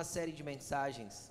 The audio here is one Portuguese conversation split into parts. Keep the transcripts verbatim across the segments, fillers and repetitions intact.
numa série de mensagens.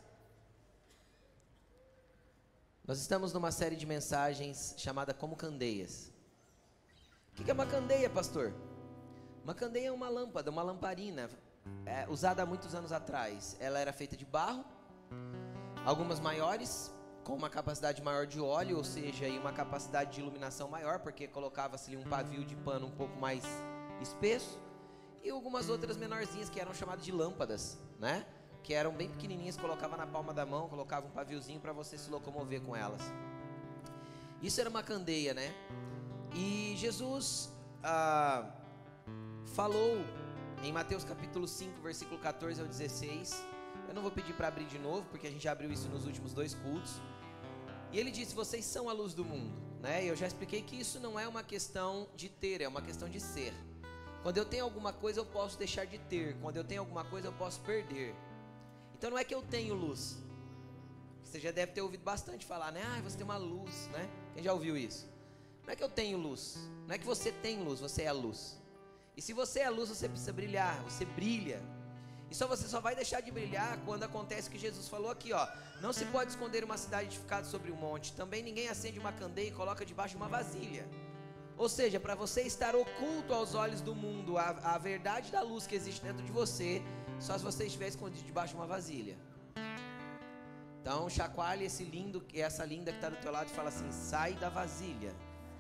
Nós estamos numa série de mensagens chamada Como Candeias. O que é uma candeia, pastor? Uma candeia é uma lâmpada, uma lamparina, é, usada há muitos anos atrás. Ela era feita de barro, algumas maiores, com uma capacidade maior de óleo, ou seja, e uma capacidade de iluminação maior, porque colocava-se ali um pavio de pano um pouco mais espesso, e algumas outras menorzinhas que eram chamadas de lâmpadas, né? Que eram bem pequenininhas, colocava na palma da mão, colocava um paviozinho para você se locomover com elas. Isso era uma candeia, né? E Jesus ah, falou em Mateus capítulo cinco, versículo catorze ao dezesseis. Eu não vou pedir para abrir de novo, porque a gente já abriu isso nos últimos dois cultos. E ele disse: vocês são a luz do mundo, né? E eu já expliquei que isso não é uma questão de ter, é uma questão de ser. Quando eu tenho alguma coisa, eu posso deixar de ter. Quando eu tenho alguma coisa, eu posso perder. Então não é que eu tenho luz. Você já deve ter ouvido bastante falar, né? Ah, você tem uma luz, né? Quem já ouviu isso? Não é que eu tenho luz. Não é que você tem luz, você é a luz. E se você é a luz, você precisa brilhar, você brilha. E só você só vai deixar de brilhar quando acontece o que Jesus falou aqui, ó. Não se pode esconder uma cidade edificada sobre um monte. Também ninguém acende uma candeia e coloca debaixo de uma vasilha. Ou seja, para você estar oculto aos olhos do mundo, a, a verdade da luz que existe dentro de você, só se você estiver escondido debaixo de uma vasilha. Então chacoalhe esse lindo, essa linda que está do teu lado e fala assim: sai da vasilha,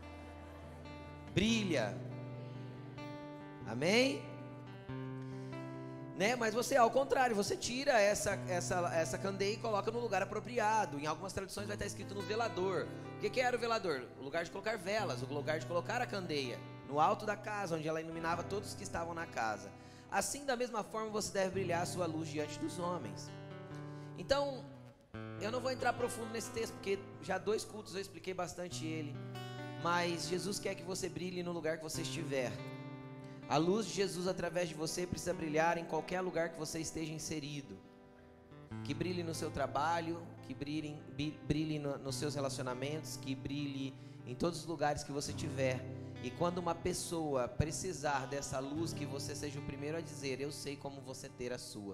brilha. Amém? Né? Mas você, ao contrário, você tira essa, essa, essa candeia e coloca no lugar apropriado. Em algumas traduções vai estar escrito no velador. O que, que era o velador? O lugar de colocar velas, o lugar de colocar a candeia no alto da casa, onde ela iluminava todos que estavam na casa. Assim, da mesma forma, você deve brilhar a sua luz diante dos homens. Então, eu não vou entrar profundo nesse texto, porque já dois cultos eu expliquei bastante ele. Mas Jesus quer que você brilhe no lugar que você estiver. A luz de Jesus através de você precisa brilhar em qualquer lugar que você esteja inserido. Que brilhe no seu trabalho, que brilhe, brilhe no, nos seus relacionamentos, que brilhe em todos os lugares que você tiver. E quando uma pessoa precisar dessa luz, que você seja o primeiro a dizer: eu sei como você ter a sua.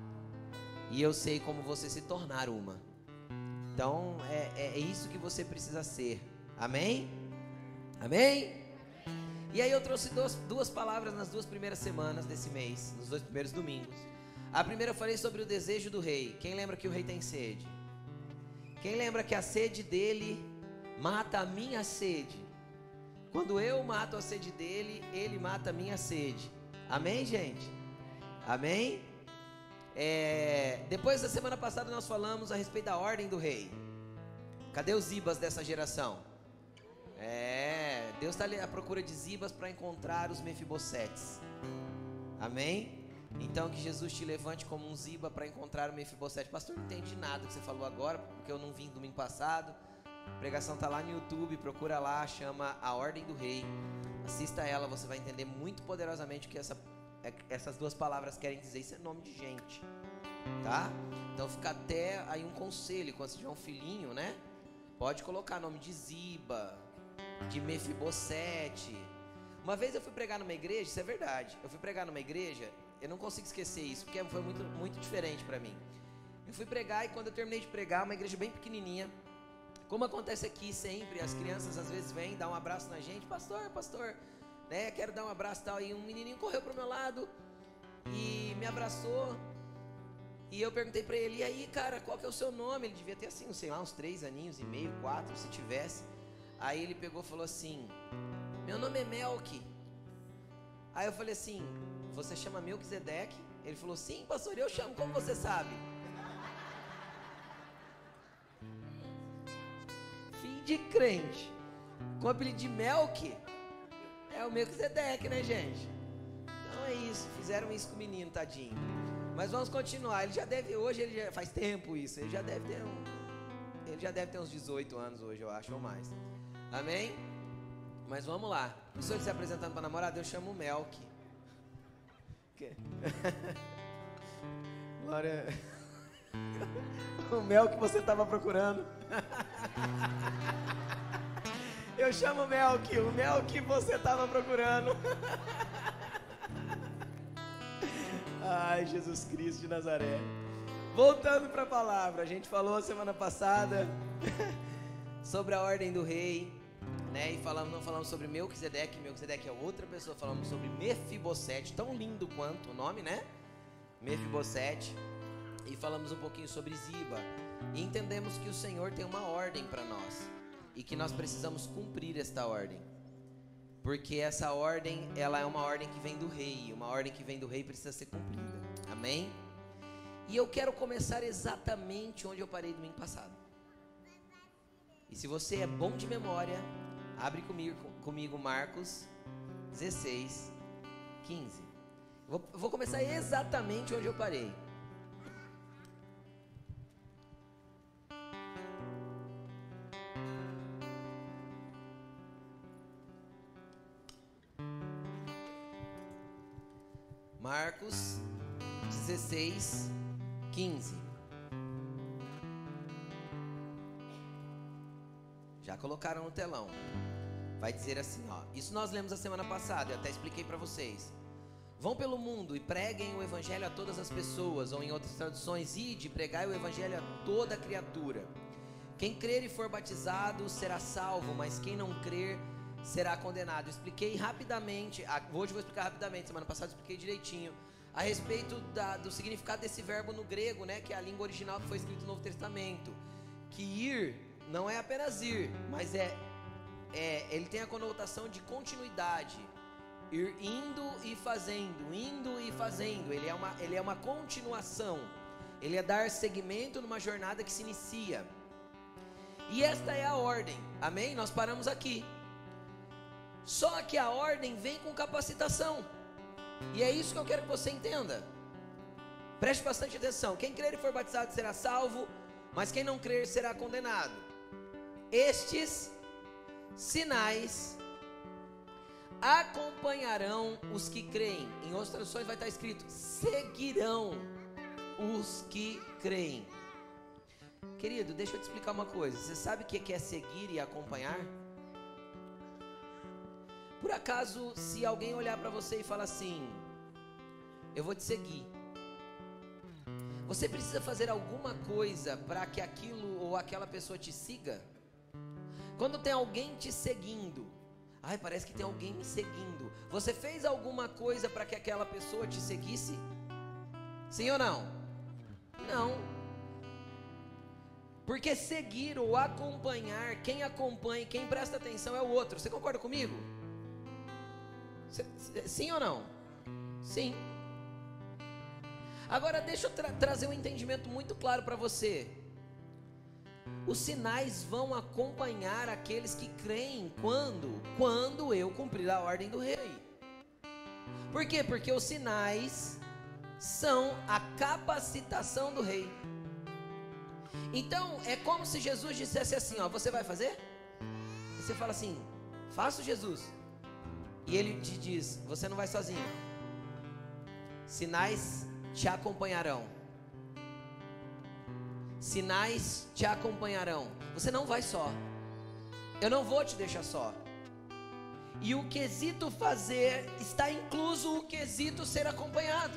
E eu sei como você se tornar uma. Então é, é isso que você precisa ser. Amém? Amém? E aí eu trouxe duas, duas palavras nas duas primeiras semanas desse mês, nos dois primeiros domingos. A primeira eu falei sobre o desejo do rei. Quem lembra que o rei tem sede? Quem lembra que a sede dele mata a minha sede? Quando eu mato a sede dele, ele mata a minha sede. Amém, gente? Amém? É, depois da semana passada nós falamos a respeito da ordem do rei. Cadê os Zibas dessa geração? É, Deus está à procura de Zibas para encontrar os Mefibosetes. Amém? Então que Jesus te levante como um Ziba para encontrar o Mefibosete. Pastor, não entendi nada que você falou agora, porque eu não vim domingo passado. A pregação está lá no YouTube, procura lá, chama A Ordem do Rei. Assista ela, você vai entender muito poderosamente o que essa, essas duas palavras querem dizer. Isso é nome de gente, tá? Então fica até aí um conselho: quando você tiver um filhinho, né? Pode colocar nome de Ziba, de Mefibosete. Uma vez eu fui pregar numa igreja, isso é verdade. Eu fui pregar numa igreja, eu não consigo esquecer isso, porque foi muito, muito diferente para mim. Eu fui pregar e quando eu terminei de pregar, uma igreja bem pequenininha, como acontece aqui sempre, as crianças às vezes vêm dar um abraço na gente: pastor, pastor, né, quero dar um abraço e tal. E um menininho correu pro meu lado e me abraçou. E eu perguntei pra ele: e aí, cara, qual que é o seu nome? Ele devia ter assim, sei lá, uns três aninhos e meio, quatro, se tivesse. Aí ele pegou e falou assim: meu nome é Melk. Aí eu falei assim: você chama Melquisedeque? Ele falou: sim, pastor, eu chamo, como você sabe? Filho de crente com o apelido de Melk é o Melquisedeque, né, gente? Então é isso, fizeram isso com o menino, tadinho. Mas vamos continuar. Ele já deve, hoje ele já faz tempo isso, ele já deve ter um, ele já deve ter uns dezoito anos hoje, eu acho, ou mais. Amém? Mas vamos lá. O senhor se apresentando para a namorada, eu chamo o Melk. Glória. O mel que você estava procurando. Eu chamo o Melk, o mel que você estava procurando. Ai, Jesus Cristo de Nazaré. Voltando para a palavra, a gente falou semana passada sobre a ordem do rei, né? E falamos, não falamos sobre Melquisedeque, Melquisedeque é outra pessoa, falamos sobre Mefibosete, tão lindo quanto o nome, né? Mefibosete. E falamos um pouquinho sobre Ziba. E entendemos que o Senhor tem uma ordem para nós e que nós precisamos cumprir esta ordem. Porque essa ordem, ela é uma ordem que vem do rei, uma ordem que vem do rei precisa ser cumprida. Amém? E eu quero começar exatamente onde eu parei domingo passado. E se você é bom de memória, abre comigo, comigo Marcos dezesseis, quinze. Eu vou, eu vou começar exatamente onde eu parei. Marcos dezesseis, quinze. Já colocaram no telão. Vai dizer assim, ó. Isso nós lemos a semana passada, eu até expliquei para vocês. Vão pelo mundo e preguem o evangelho a todas as pessoas, ou em outras traduções, ide, pregai o evangelho a toda criatura. Quem crer e for batizado será salvo, mas quem não crer será condenado. Eu expliquei rapidamente, hoje eu vou explicar rapidamente, semana passada eu expliquei direitinho, a respeito da, do significado desse verbo no grego, né, que é a língua original que foi escrito no Novo Testamento. Que ir não é apenas ir, mas é, é ele tem a conotação de continuidade. Ir indo e fazendo, indo e fazendo, ele é uma, ele é uma continuação, ele é dar seguimento numa jornada que se inicia. E esta é a ordem, amém? Nós paramos aqui. Só que a ordem vem com capacitação, e é isso que eu quero que você entenda. Preste bastante atenção. Quem crer e for batizado será salvo, mas quem não crer será condenado. Estes sinais acompanharão os que creem. Em outras traduções vai estar escrito: seguirão os que creem. Querido, deixa eu te explicar uma coisa. Você sabe o que é seguir e acompanhar? Por acaso, se alguém olhar para você e falar assim: eu vou te seguir, você precisa fazer alguma coisa para que aquilo ou aquela pessoa te siga? Quando tem alguém te seguindo, ai, parece que tem alguém me seguindo, você fez alguma coisa para que aquela pessoa te seguisse? Sim ou não? Não. Porque seguir ou acompanhar, quem acompanha, quem presta atenção é o outro. Você concorda comigo? Sim ou não? Sim. Agora deixa eu tra trazer um entendimento muito claro para você. Os sinais vão acompanhar aqueles que creem quando? Quando eu cumprir a ordem do rei. Por quê? Porque os sinais são a capacitação do rei. Então é como se Jesus dissesse assim, ó: você vai fazer? E você fala assim: faço, Jesus. E ele te diz: você não vai sozinho, sinais te acompanharão. Sinais te acompanharão. Você não vai só. Eu não vou te deixar só. E o quesito fazer está incluso o quesito ser acompanhado.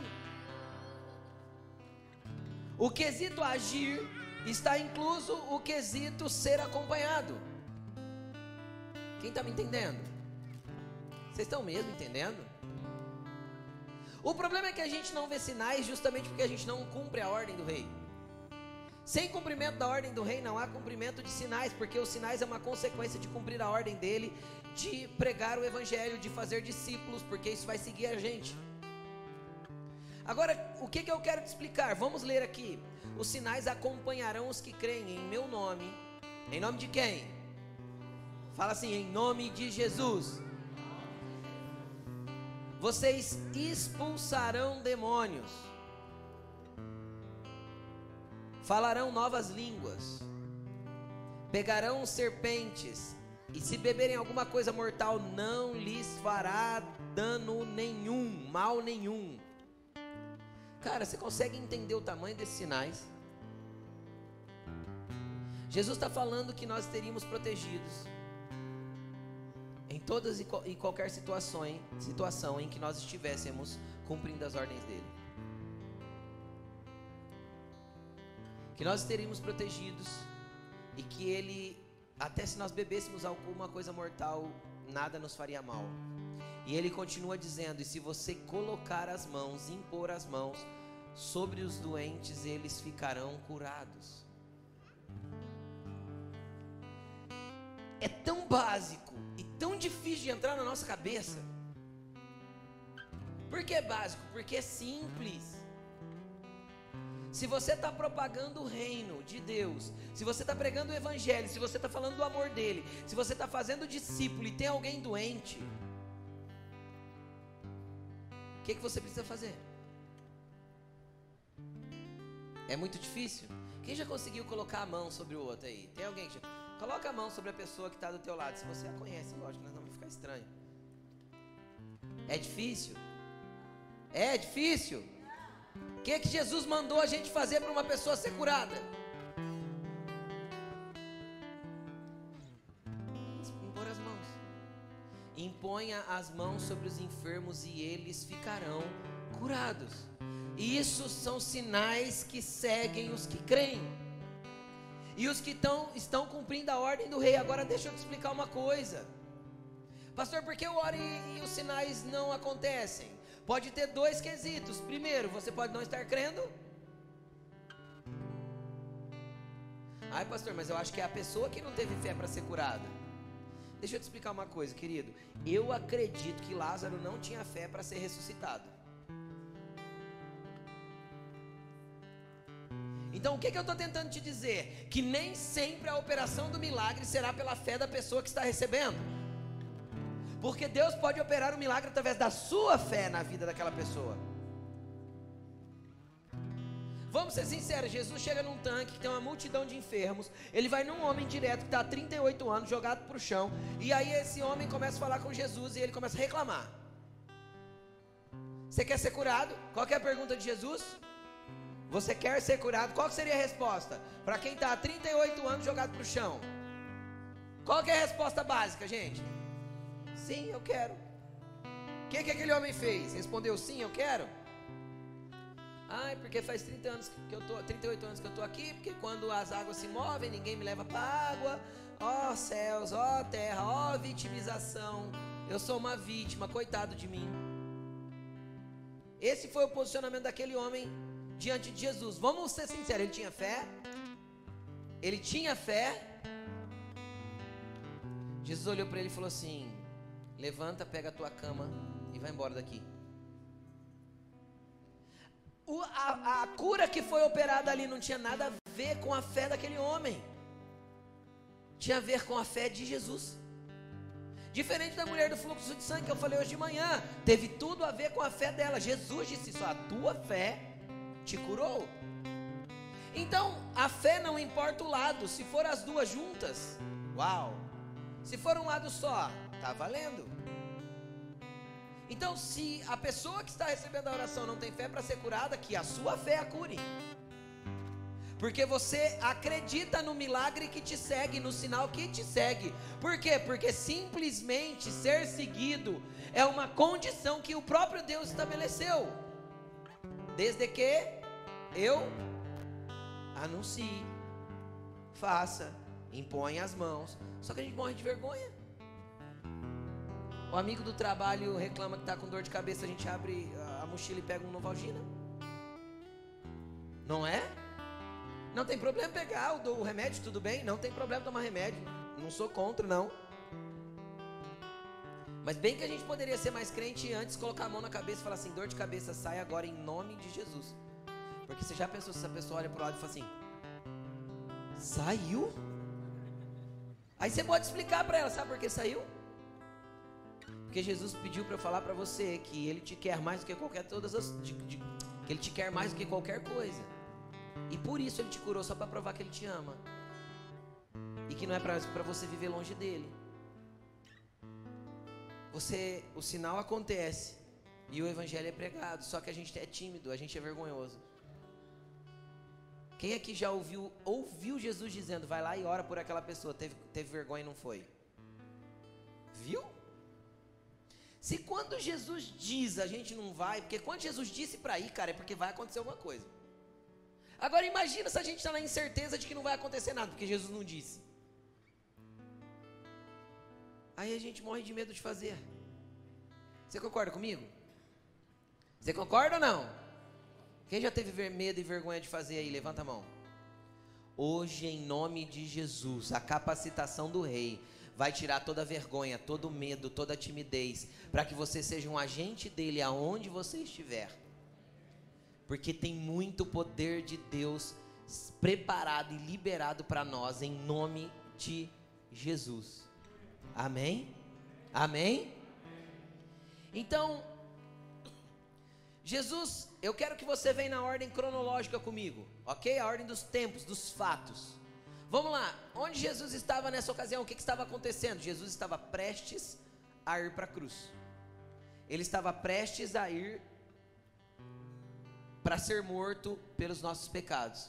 O quesito agir está incluso o quesito ser acompanhado. Quem está me entendendo? Vocês estão mesmo entendendo? O problema é que a gente não vê sinais justamente porque a gente não cumpre a ordem do rei. Sem cumprimento da ordem do rei não há cumprimento de sinais, porque os sinais é uma consequência de cumprir a ordem dele, de pregar o evangelho, de fazer discípulos, porque isso vai seguir a gente. Agora, o que, que eu quero te explicar? Vamos ler aqui. Os sinais acompanharão os que creem em meu nome. Em nome de quem? Fala assim: em nome de Jesus. Vocês expulsarão demônios, falarão novas línguas, pegarão serpentes, e se beberem alguma coisa mortal, não lhes fará dano nenhum, mal nenhum. Cara, você consegue entender o tamanho desses sinais? Jesus está falando que nós teríamos protegidos em todas e em qualquer situação, situação em que nós estivéssemos cumprindo as ordens dele. que nós estaríamos protegidos e que Ele, até se nós bebêssemos alguma coisa mortal, nada nos faria mal. E Ele continua dizendo: e se você colocar as mãos, impor as mãos sobre os doentes, eles ficarão curados. É tão básico e tão difícil de entrar na nossa cabeça. Por que é básico? Porque é simples. Se você está propagando o reino de Deus, se você está pregando o evangelho, se você está falando do amor dele, se você está fazendo discípulo e tem alguém doente, o que, que você precisa fazer? É muito difícil? Quem já conseguiu colocar a mão sobre o outro aí? Tem alguém que já... Coloca a mão sobre a pessoa que está do teu lado. Se você a conhece, lógico, não vai ficar estranho. É difícil? É difícil? O que, que Jesus mandou a gente fazer para uma pessoa ser curada? Impor as mãos. Imponha as mãos sobre os enfermos e eles ficarão curados. Isso são sinais que seguem os que creem. E os que tão, estão cumprindo a ordem do rei. Agora deixa eu te explicar uma coisa. Pastor, por que eu oro e, e os sinais não acontecem? Pode ter dois quesitos. Primeiro, você pode não estar crendo. Ai, pastor, mas eu acho que é a pessoa que não teve fé para ser curada. Deixa eu te explicar uma coisa, querido. Eu acredito que Lázaro não tinha fé para ser ressuscitado. Então o que, que eu estou tentando te dizer? Que nem sempre a operação do milagre será pela fé da pessoa que está recebendo. Porque Deus pode operar o milagre através da sua fé na vida daquela pessoa. Vamos ser sinceros, Jesus chega num tanque que tem uma multidão de enfermos. Ele vai num homem direto que está há trinta e oito anos, jogado para o chão. E aí esse homem começa a falar com Jesus e ele começa a reclamar. Você quer ser curado? Qual que é a pergunta de Jesus? Você quer ser curado? Qual que seria a resposta? Para quem está há trinta e oito anos jogado para o chão. Qual que é a resposta básica, gente? Sim, eu quero. O que, que aquele homem fez? Respondeu: sim, eu quero. Ai, porque faz trinta anos que eu tô, trinta e oito anos que eu estou aqui, porque quando as águas se movem, ninguém me leva para a água. Ó oh, céus, ó oh, terra, ó oh, vitimização. Eu sou uma vítima, coitado de mim. Esse foi o posicionamento daquele homem diante de Jesus. Vamos ser sinceros, ele tinha fé? Ele tinha fé? Jesus olhou para ele e falou assim: levanta, pega a tua cama e vai embora daqui. O, a, a cura que foi operada ali não tinha nada a ver com a fé daquele homem. Tinha a ver com a fé de Jesus. Diferente da mulher do fluxo de sangue que eu falei hoje de manhã, teve tudo a ver com a fé dela. Jesus disse isso: a tua fé te curou. Então a fé não importa o lado. Se for as duas juntas, uau. Se for um lado só, tá valendo. Então se a pessoa que está recebendo a oração não tem fé para ser curada, que a sua fé a cure. Porque você acredita no milagre que te segue, no sinal que te segue. Por quê? Porque simplesmente ser seguido é uma condição que o próprio Deus estabeleceu. Desde que eu anuncie, faça, imponha as mãos. Só que a gente morre de vergonha. O amigo do trabalho reclama que está com dor de cabeça, a gente abre a mochila e pega um Novalgina. Não é? Não tem problema pegar o, o remédio, tudo bem? Não tem problema tomar remédio. Não sou contra, não. Mas bem que a gente poderia ser mais crente antes, colocar a mão na cabeça e falar assim: dor de cabeça sai agora em nome de Jesus. Porque você já pensou se essa pessoa olha para o lado e fala assim: saiu? Aí você pode explicar para ela: sabe por que saiu? Porque Jesus pediu para eu falar para você que Ele te quer mais do que qualquer todas as, de, de, que Ele te quer mais do que qualquer coisa. E por isso Ele te curou, só para provar que Ele te ama. E que não é para você viver longe dEle. Você, o sinal acontece e o evangelho é pregado, só que a gente é tímido, a gente é vergonhoso. Quem aqui já ouviu, ouviu Jesus dizendo: vai lá e ora por aquela pessoa, teve, teve vergonha e não foi? Viu? Se quando Jesus diz a gente não vai, porque quando Jesus disse para ir, cara, é porque vai acontecer alguma coisa. Agora imagina se a gente está na incerteza de que não vai acontecer nada, porque Jesus não disse. Aí a gente morre de medo de fazer. Você concorda comigo? Você concorda ou não? Quem já teve medo e vergonha de fazer aí? Levanta a mão. Hoje, em nome de Jesus, a capacitação do Rei vai tirar toda a vergonha, todo o medo, toda a timidez, para que você seja um agente dele aonde você estiver. Porque tem muito poder de Deus preparado e liberado para nós, em nome de Jesus. Amém? Amém? Então, Jesus, eu quero que você venha na ordem cronológica comigo, ok? A ordem dos tempos, dos fatos. Vamos lá, onde Jesus estava nessa ocasião? O que, que estava acontecendo? Jesus estava prestes a ir para a cruz. Ele estava prestes a ir para ser morto pelos nossos pecados.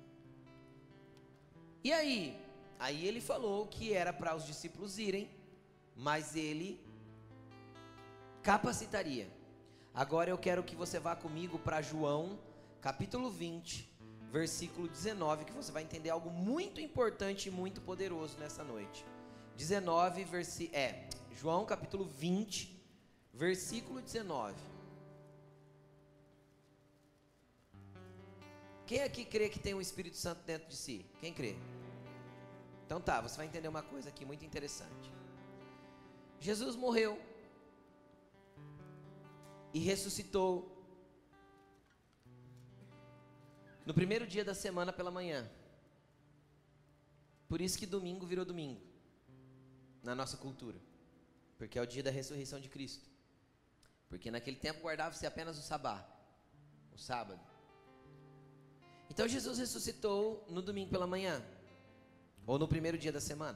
E aí? Aí ele falou que era para os discípulos irem, mas ele capacitaria. Agora eu quero que você vá comigo para João, capítulo vinte, versículo dezenove, que você vai entender algo muito importante e muito poderoso nessa noite. dezenove, versi... é, João capítulo vinte, versículo dezenove. Quem aqui crê que tem o Espírito Santo dentro de si? Quem crê? Então tá, você vai entender uma coisa aqui muito interessante. Jesus morreu e ressuscitou no primeiro dia da semana pela manhã. Por isso que domingo virou domingo na nossa cultura, porque é o dia da ressurreição de Cristo. Porque naquele tempo guardava-se apenas o sabá, o sábado. Então Jesus ressuscitou no domingo pela manhã, ou no primeiro dia da semana.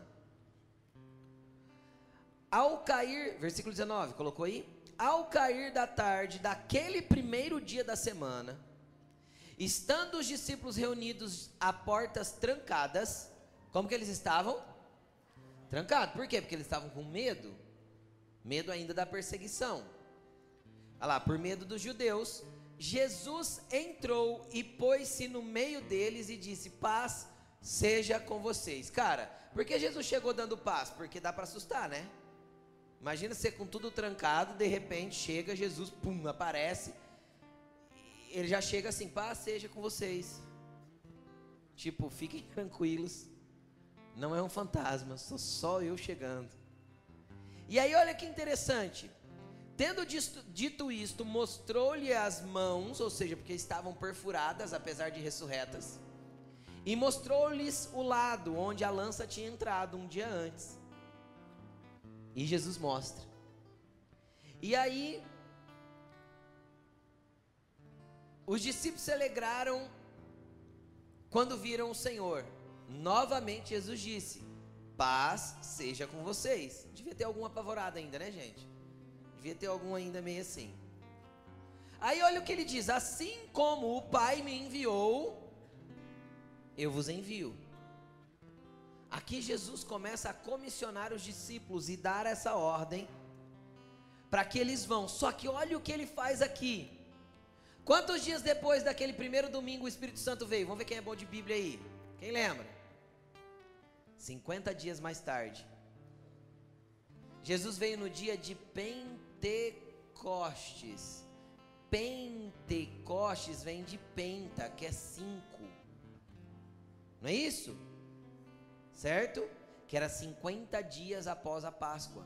Ao cair, versículo dezenove, colocou aí? Ao cair da tarde daquele primeiro dia da semana, estando os discípulos reunidos a portas trancadas, como que eles estavam? Trancados, por quê? Porque eles estavam com medo, medo ainda da perseguição. Olha lá, por medo dos judeus, Jesus entrou e pôs-se no meio deles e disse: paz seja com vocês. Cara, por que Jesus chegou dando paz? Porque dá para assustar, né? Imagina você com tudo trancado, de repente chega Jesus, pum, aparece. Ele já chega assim: paz seja com vocês. Tipo, fiquem tranquilos, não é um fantasma, sou só eu chegando. E aí olha que interessante. Tendo dito isto, mostrou-lhe as mãos, ou seja, porque estavam perfuradas, apesar de ressurretas, e mostrou-lhes o lado onde a lança tinha entrado um dia antes. E Jesus mostra. E aí, os discípulos se alegraram quando viram o Senhor. Novamente Jesus disse: paz seja com vocês. Devia ter algum apavorado ainda, né, gente? Devia ter algum ainda meio assim. Aí olha o que ele diz: assim como o Pai me enviou, eu vos envio. Aqui Jesus começa a comissionar os discípulos e dar essa ordem para que eles vão. Só que olha o que ele faz aqui. Quantos dias depois daquele primeiro domingo o Espírito Santo veio? Vamos ver quem é bom de Bíblia aí. Quem lembra? cinquenta dias mais tarde. Jesus veio no dia de Pentecostes. Pentecostes vem de penta, que é cinco. Não é isso? Certo? Que era cinquenta dias após a Páscoa.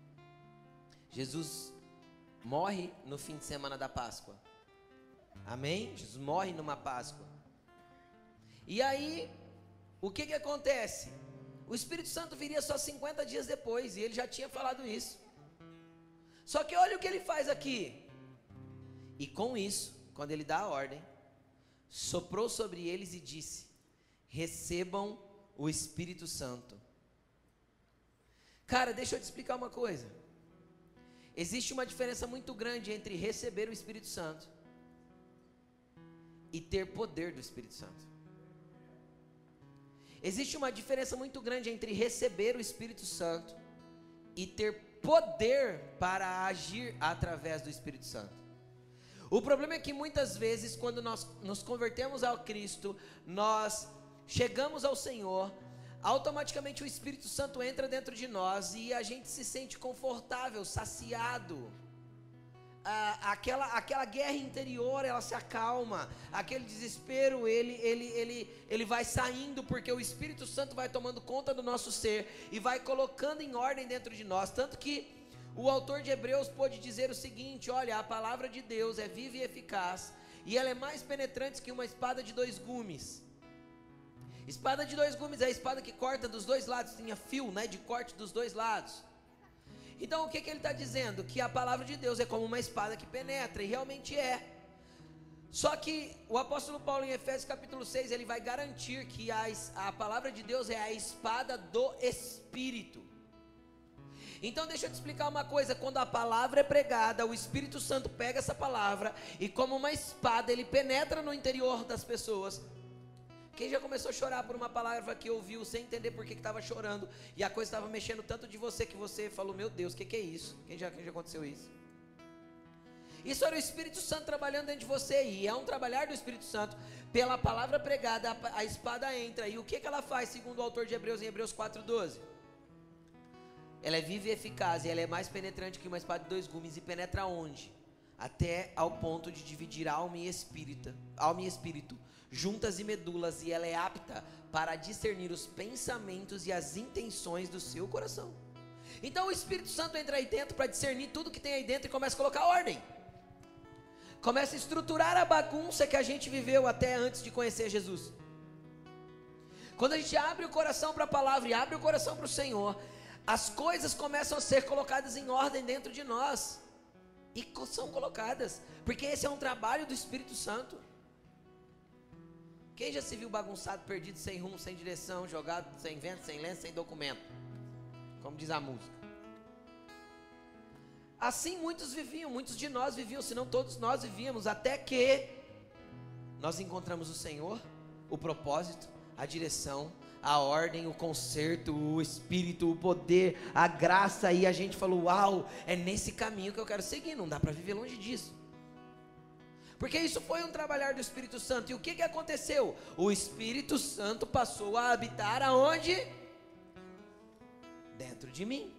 Jesus morre no fim de semana da Páscoa. Amém? Jesus morre numa Páscoa. E aí, o que que acontece? O Espírito Santo viria só cinquenta dias depois, e ele já tinha falado isso. Só que olha o que ele faz aqui. E com isso, quando ele dá a ordem, soprou sobre eles e disse: recebam o Espírito Santo. Cara, deixa eu te explicar uma coisa. Existe uma diferença muito grande entre receber o Espírito Santo e ter poder do Espírito Santo. Existe uma diferença muito grande entre receber o Espírito Santo e ter poder para agir através do Espírito Santo. O problema é que muitas vezes, quando nós nos convertemos ao Cristo, nós chegamos ao Senhor, automaticamente o Espírito Santo entra dentro de nós e a gente se sente confortável, saciado. Ah, aquela, aquela guerra interior, ela se acalma, aquele desespero, ele, ele, ele, ele vai saindo, porque o Espírito Santo vai tomando conta do nosso ser e vai colocando em ordem dentro de nós, tanto que o autor de Hebreus pôde dizer o seguinte: olha, a palavra de Deus é viva e eficaz, e ela é mais penetrante que uma espada de dois gumes. Espada de dois gumes é a espada que corta dos dois lados, tinha fio, né, de corte dos dois lados. Então o que, que ele está dizendo? Que a palavra de Deus é como uma espada que penetra, e realmente é. Só que o apóstolo Paulo em Efésios capítulo seis, ele vai garantir que a, a palavra de Deus é a espada do Espírito. Então deixa eu te explicar uma coisa: quando a palavra é pregada, o Espírito Santo pega essa palavra e como uma espada, ele penetra no interior das pessoas. Quem já começou a chorar por uma palavra que ouviu sem entender por que estava chorando, e a coisa estava mexendo tanto de você que você falou: meu Deus, o que, que é isso? Quem já, quem já aconteceu isso? Isso era o Espírito Santo trabalhando dentro de você, e é um trabalhar do Espírito Santo. Pela palavra pregada, a, a espada entra, e o que, que ela faz, segundo o autor de Hebreus, em Hebreus quatro, doze? Ela é viva e eficaz, e ela é mais penetrante que uma espada de dois gumes, e penetra onde? Até ao ponto de dividir alma e espírito, alma e espírito, juntas e medulas, e ela é apta para discernir os pensamentos e as intenções do seu coração. Então o Espírito Santo entra aí dentro para discernir tudo que tem aí dentro e começa a colocar ordem. Começa a estruturar a bagunça que a gente viveu até antes de conhecer Jesus. Quando a gente abre o coração para a palavra e abre o coração para o Senhor, as coisas começam a ser colocadas em ordem dentro de nós. E são colocadas, porque esse é um trabalho do Espírito Santo. Quem já se viu bagunçado, perdido, sem rumo, sem direção, jogado sem vento, sem lenço, sem documento, como diz a música? Assim muitos viviam, muitos de nós viviam, se não todos nós vivíamos, até que nós encontramos o Senhor, o propósito, a direção, a ordem, o conserto, o Espírito, o poder, a graça, e a gente falou: uau, é nesse caminho que eu quero seguir, não dá para viver longe disso. Porque isso foi um trabalhar do Espírito Santo. E o que, que aconteceu? O Espírito Santo passou a habitar aonde? Dentro de mim.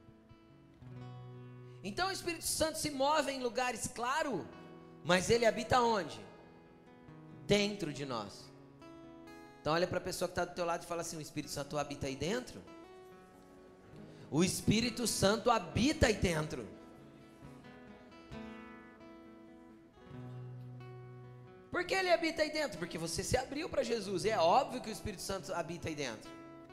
Então o Espírito Santo se move em lugares, claro, mas ele habita onde? Dentro de nós. Então olha para a pessoa que está do teu lado e fala assim: o Espírito Santo habita aí dentro? O Espírito Santo habita aí dentro. Por que ele habita aí dentro? Porque você se abriu para Jesus. É óbvio que o Espírito Santo habita aí dentro.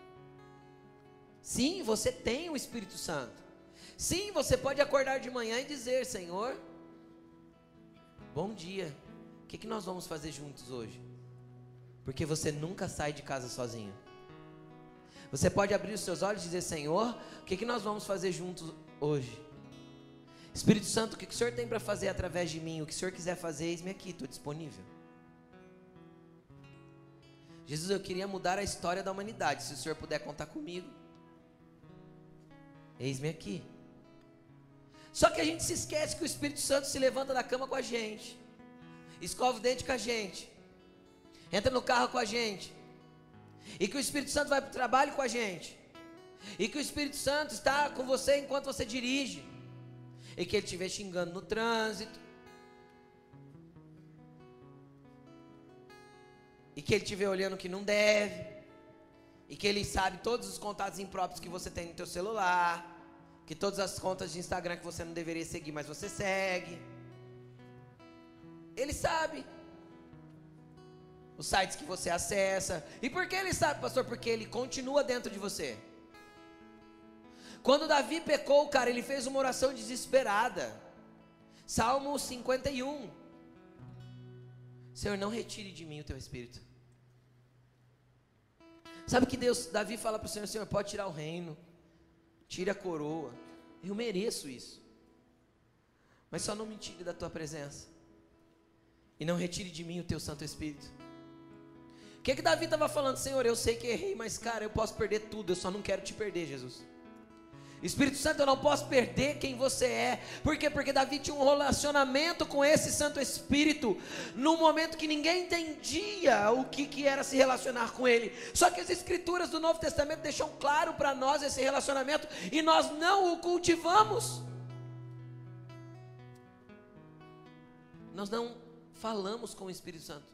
Sim, você tem o Espírito Santo. Sim, você pode acordar de manhã e dizer: Senhor, bom dia, o que, que nós vamos fazer juntos hoje? Porque você nunca sai de casa sozinho. Você pode abrir os seus olhos e dizer: Senhor, o que, que nós vamos fazer juntos hoje? Espírito Santo, o que, que o Senhor tem para fazer através de mim? O que o Senhor quiser fazer, eis-me aqui, estou disponível. Jesus, eu queria mudar a história da humanidade. Se o Senhor puder contar comigo, eis-me aqui. Só que a gente se esquece que o Espírito Santo se levanta da cama com a gente, escova o dente com a gente, entra no carro com a gente, e que o Espírito Santo vai para o trabalho com a gente, e que o Espírito Santo está com você enquanto você dirige, e que ele estiver xingando no trânsito, e que ele estiver olhando que não deve, e que ele sabe todos os contatos impróprios que você tem no teu celular, que todas as contas de Instagram que você não deveria seguir, mas você segue. Ele sabe os sites que você acessa. E por que ele sabe, pastor? Porque ele continua dentro de você. Quando Davi pecou, cara, ele fez uma oração desesperada. Salmo cinquenta e um. Senhor, não retire de mim o teu espírito. Sabe que Deus, Davi fala para o Senhor: Senhor, pode tirar o reino, tire a coroa, eu mereço isso, mas só não me tire da tua presença, e não retire de mim o teu Santo Espírito. O que que Davi estava falando? Senhor, eu sei que errei, mas cara, eu posso perder tudo, eu só não quero te perder, Jesus. Espírito Santo, eu não posso perder quem você é. Por quê? Porque Davi tinha um relacionamento com esse Santo Espírito, num momento que ninguém entendia o que, que era se relacionar com ele. Só que as Escrituras do Novo Testamento deixam claro para nós esse relacionamento, e nós não o cultivamos. Nós não falamos com o Espírito Santo.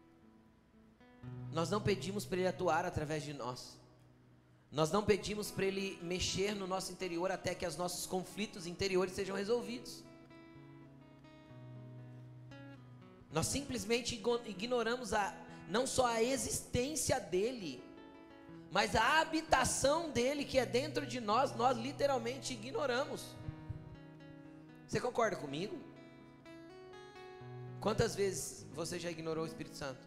Nós não pedimos para ele atuar através de nós. Nós não pedimos para ele mexer no nosso interior até que os nossos conflitos interiores sejam resolvidos. Nós simplesmente ignoramos a, não só a existência dele, mas a habitação dele que é dentro de nós, nós literalmente ignoramos. Você concorda comigo? Quantas vezes você já ignorou o Espírito Santo?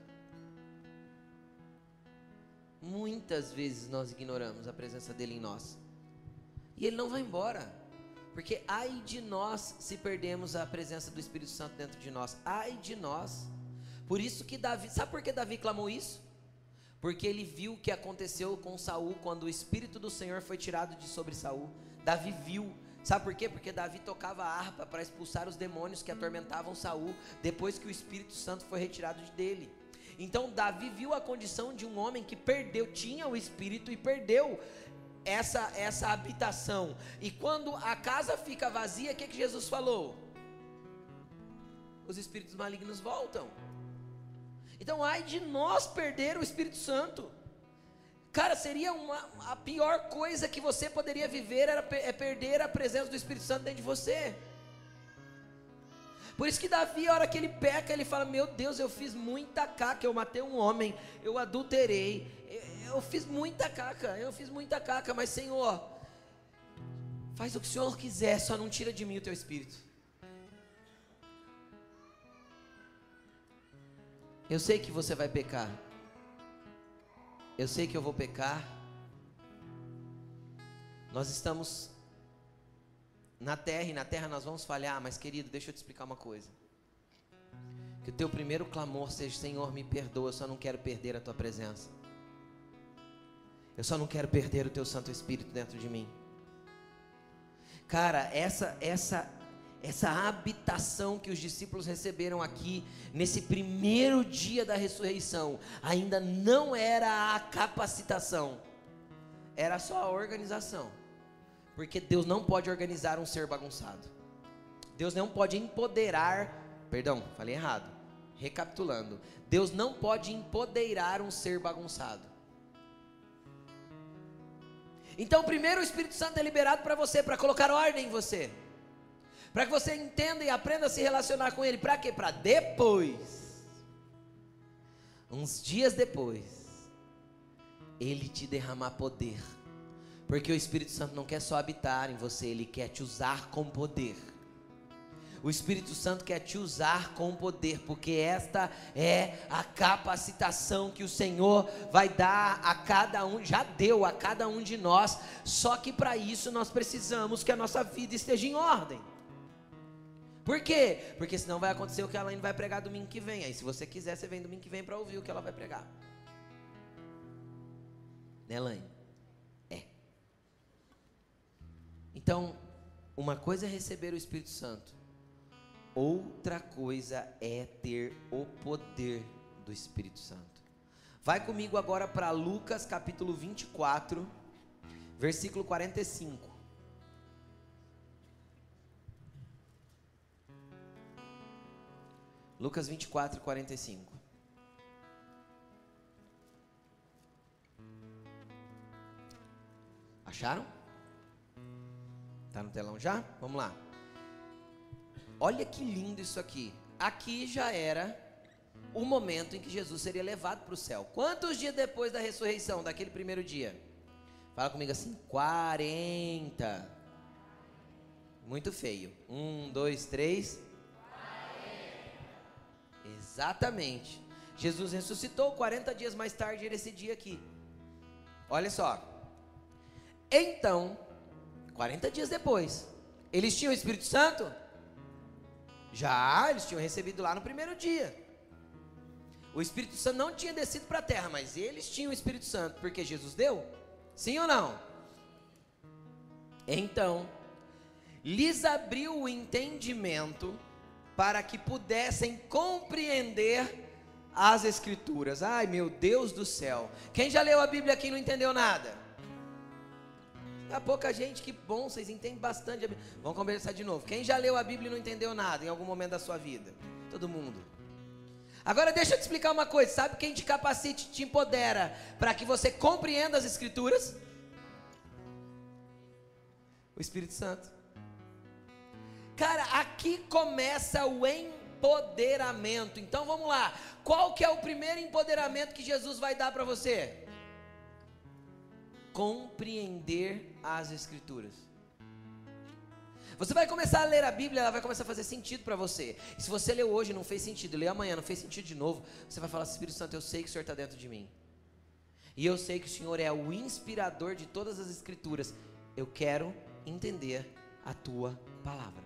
Muitas vezes nós ignoramos a presença dele em nós. E ele não vai embora. Porque ai de nós se perdemos a presença do Espírito Santo dentro de nós. Ai de nós. Por isso que Davi, sabe por que Davi clamou isso? Porque ele viu o que aconteceu com Saul quando o Espírito do Senhor foi tirado de sobre Saul. Davi viu. Sabe por quê? Porque Davi tocava a harpa para expulsar os demônios que atormentavam Saul, depois que o Espírito Santo foi retirado dele. Então Davi viu a condição de um homem que perdeu, tinha o Espírito e perdeu essa, essa habitação. E quando a casa fica vazia, o que, que Jesus falou? Os espíritos malignos voltam. Então ai de nós perder o Espírito Santo. Cara, seria uma, a pior coisa que você poderia viver era, é perder a presença do Espírito Santo dentro de você. Por isso que Davi, a hora que ele peca, ele fala: meu Deus, eu fiz muita caca, eu matei um homem, eu adulterei, eu, eu fiz muita caca, eu fiz muita caca, mas Senhor, faz o que o Senhor quiser, só não tira de mim o teu Espírito. Eu sei que você vai pecar, eu sei que eu vou pecar, nós estamos na terra, e na terra nós vamos falhar, mas querido, deixa eu te explicar uma coisa. Que o teu primeiro clamor seja: Senhor, me perdoa, eu só não quero perder a tua presença. Eu só não quero perder o teu Santo Espírito dentro de mim. Cara, essa, essa, essa habitação que os discípulos receberam aqui, nesse primeiro dia da ressurreição, ainda não era a capacitação, era só a organização. Porque Deus não pode organizar um ser bagunçado. Deus não pode empoderar, perdão, falei errado, recapitulando, Deus não pode empoderar um ser bagunçado. Então primeiro o Espírito Santo é liberado para você, para colocar ordem em você, para que você entenda e aprenda a se relacionar com Ele. Para quê? Para depois, uns dias depois, Ele te derramar poder. Porque o Espírito Santo não quer só habitar em você, Ele quer te usar com poder. O Espírito Santo quer te usar com poder, porque esta é a capacitação que o Senhor vai dar a cada um, já deu a cada um de nós. Só que para isso nós precisamos que a nossa vida esteja em ordem. Por quê? Porque senão vai acontecer o que a Elaine vai pregar domingo que vem. Aí se você quiser, você vem domingo que vem para ouvir o que ela vai pregar. Né, Elaine? Então, uma coisa é receber o Espírito Santo, outra coisa é ter o poder do Espírito Santo. Vai comigo agora para Lucas capítulo vinte e quatro, versículo quarenta e cinco. Lucas vinte e quatro, quarenta e cinco. Acharam? Está no telão já? Vamos lá. Olha que lindo isso aqui. Aqui já era o momento em que Jesus seria levado para o céu. Quantos dias depois da ressurreição, daquele primeiro dia? Fala comigo assim: quarenta. Muito feio. Um, dois, três. quarenta. Exatamente. Jesus ressuscitou quarenta dias mais tarde, era esse dia aqui. Olha só. Então, quarenta dias depois, eles tinham o Espírito Santo? Já, eles tinham recebido lá no primeiro dia. O Espírito Santo não tinha descido para a terra, mas eles tinham o Espírito Santo, porque Jesus deu? Sim ou não? Então, lhes abriu o entendimento para que pudessem compreender as Escrituras. Ai, meu Deus do céu. Quem já leu a Bíblia aqui e não entendeu nada? Há pouca gente, que bom, vocês entendem bastante a Bíblia. Vamos conversar de novo. Quem já leu a Bíblia e não entendeu nada em algum momento da sua vida? Todo mundo. Agora deixa eu te explicar uma coisa. Sabe quem te capacita e te empodera para que você compreenda as Escrituras? O Espírito Santo. Cara, aqui começa o empoderamento. Então vamos lá. Qual que é o primeiro empoderamento que Jesus vai dar para você? Compreender as Escrituras. Você vai começar a ler a Bíblia, ela vai começar a fazer sentido para você. E se você leu hoje e não fez sentido, leu amanhã, não fez sentido de novo, você vai falar: Espírito Santo, eu sei que o Senhor está dentro de mim. E eu sei que o Senhor é o inspirador de todas as Escrituras. Eu quero entender a tua palavra.